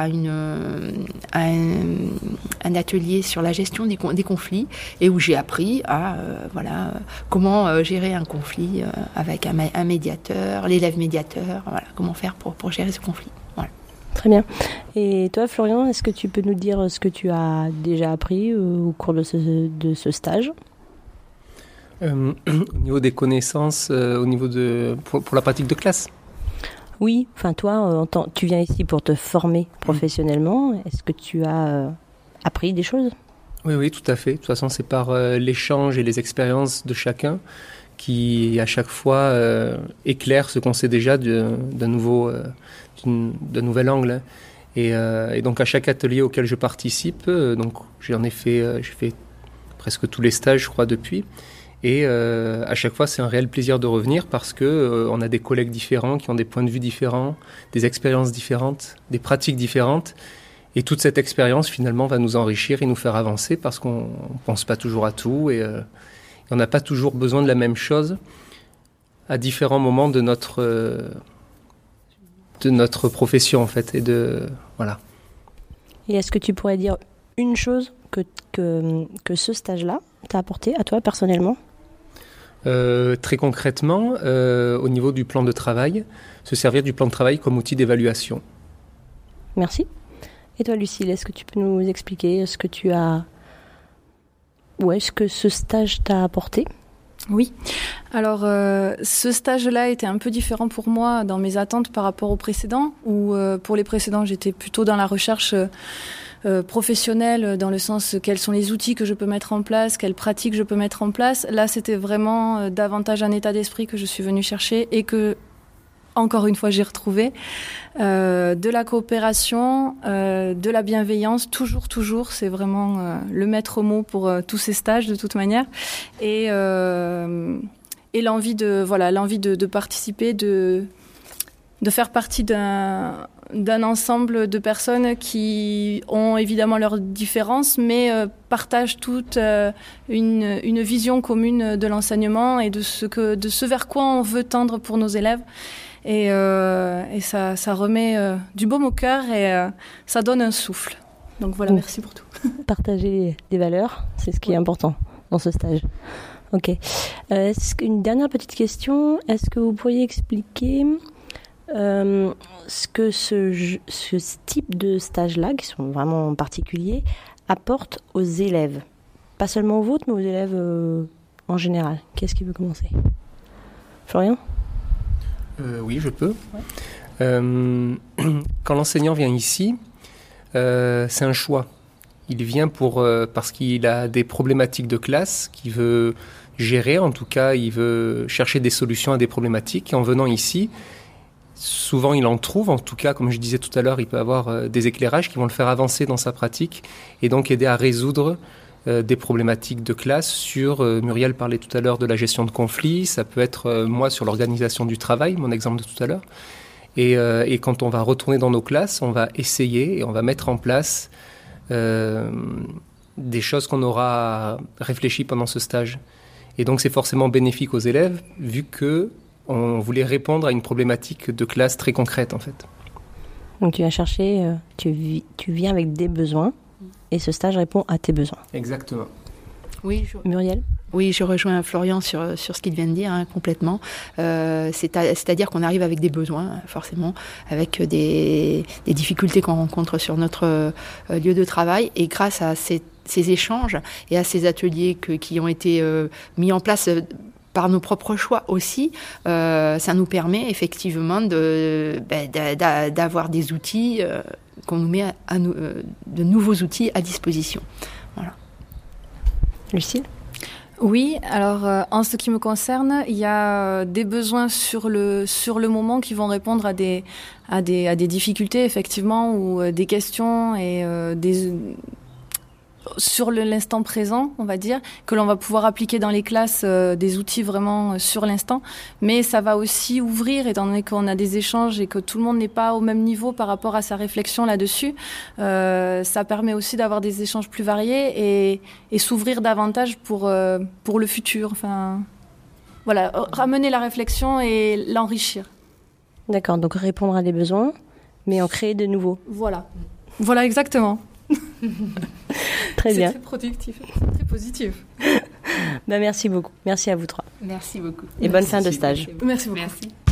un atelier sur la gestion des conflits et où j'ai appris à comment gérer un conflit avec un médiateur, l'élève médiateur, comment faire pour gérer ce conflit. Voilà. Très bien. Et toi, Florian, est-ce que tu peux nous dire ce que tu as déjà appris au cours de ce stage ? Au niveau des connaissances, pour la pratique de classe. Oui, enfin toi, tu viens ici pour te former professionnellement. Est-ce que tu as appris des choses ? Oui, tout à fait. De toute façon, c'est par l'échange et les expériences de chacun qui, à chaque fois, éclaire ce qu'on sait déjà d'un nouvel angle. Et donc, à chaque atelier auquel je participe, donc j'ai fait presque tous les stages, je crois, depuis. Et à chaque fois, c'est un réel plaisir de revenir parce que on a des collègues différents qui ont des points de vue différents, des expériences différentes, des pratiques différentes. Et toute cette expérience, finalement, va nous enrichir et nous faire avancer parce qu'on ne pense pas toujours à tout et on n'a pas toujours besoin de la même chose à différents moments de notre profession, en fait. Voilà. Et est-ce que tu pourrais dire une chose que ce stage-là t'a apporté à toi, personnellement ? Très concrètement, au niveau du plan de travail, se servir du plan de travail comme outil d'évaluation. Merci. Et toi, Lucille, est-ce que tu peux nous expliquer ce que ce stage t'a apporté ? Oui. Alors, ce stage-là était un peu différent pour moi dans mes attentes par rapport aux précédents, où pour les précédents, j'étais plutôt dans la recherche professionnelle, dans le sens quels sont les outils que je peux mettre en place, quelles pratiques je peux mettre en place. Là, c'était vraiment davantage un état d'esprit que je suis venue chercher et que, encore une fois, j'ai retrouvé de la coopération, de la bienveillance, toujours, c'est vraiment le maître mot pour tous ces stages de toute manière, et l'envie de participer, de faire partie d'un ensemble de personnes qui ont évidemment leurs différences, mais partagent toutes une vision commune de l'enseignement et de ce vers quoi on veut tendre pour nos élèves. Et ça remet du baume au cœur et ça donne un souffle. Donc voilà, merci pour tout. Partager des valeurs, c'est ce qui est important dans ce stage. Ok. Une dernière petite question. Est-ce que vous pourriez expliquer ce que ce type de stage-là, qui sont vraiment particuliers, apporte aux élèves ? Pas seulement aux vôtres, mais aux élèves en général. Qui est-ce qui veut commencer ? Florian ? Oui, je peux. Ouais. Quand l'enseignant vient ici, c'est un choix. Il vient parce qu'il a des problématiques de classe qu'il veut gérer. En tout cas, il veut chercher des solutions à des problématiques. Et en venant ici, souvent il en trouve. En tout cas, comme je disais tout à l'heure, il peut avoir des éclairages qui vont le faire avancer dans sa pratique et donc aider à résoudre des problématiques de classe. Muriel parlait tout à l'heure de la gestion de conflits, ça peut être moi sur l'organisation du travail, mon exemple de tout à l'heure. Et quand on va retourner dans nos classes, on va essayer et on va mettre en place des choses qu'on aura réfléchies pendant ce stage. Et donc c'est forcément bénéfique aux élèves vu qu'on voulait répondre à une problématique de classe très concrète en fait. Donc tu viens chercher, tu viens avec des besoins. Et ce stage répond à tes besoins. Exactement. Oui, Muriel ? Oui, je rejoins Florian sur ce qu'il vient de dire complètement. C'est-à-dire qu'on arrive avec des besoins, forcément, avec des difficultés qu'on rencontre sur notre lieu de travail. Et grâce à ces échanges et à ces ateliers qui ont été mis en place par nos propres choix aussi, ça nous permet effectivement d'avoir des outils qu'on nous met de nouveaux outils à disposition. Voilà. Lucille ? Oui, alors en ce qui me concerne, il y a des besoins sur le moment qui vont répondre à des difficultés effectivement ou des questions et sur l'instant présent, on va dire, que l'on va pouvoir appliquer dans les classes des outils vraiment sur l'instant, mais ça va aussi ouvrir, étant donné qu'on a des échanges et que tout le monde n'est pas au même niveau par rapport à sa réflexion là-dessus, ça permet aussi d'avoir des échanges plus variés et s'ouvrir davantage pour le futur. Enfin, voilà, ramener la réflexion et l'enrichir. D'accord, donc répondre à des besoins, mais en créer de nouveaux. Voilà, exactement. Très bien. C'est très productif, très positif. Merci beaucoup. Merci à vous trois. Merci beaucoup. Et bonne fin de stage. Merci beaucoup. Merci.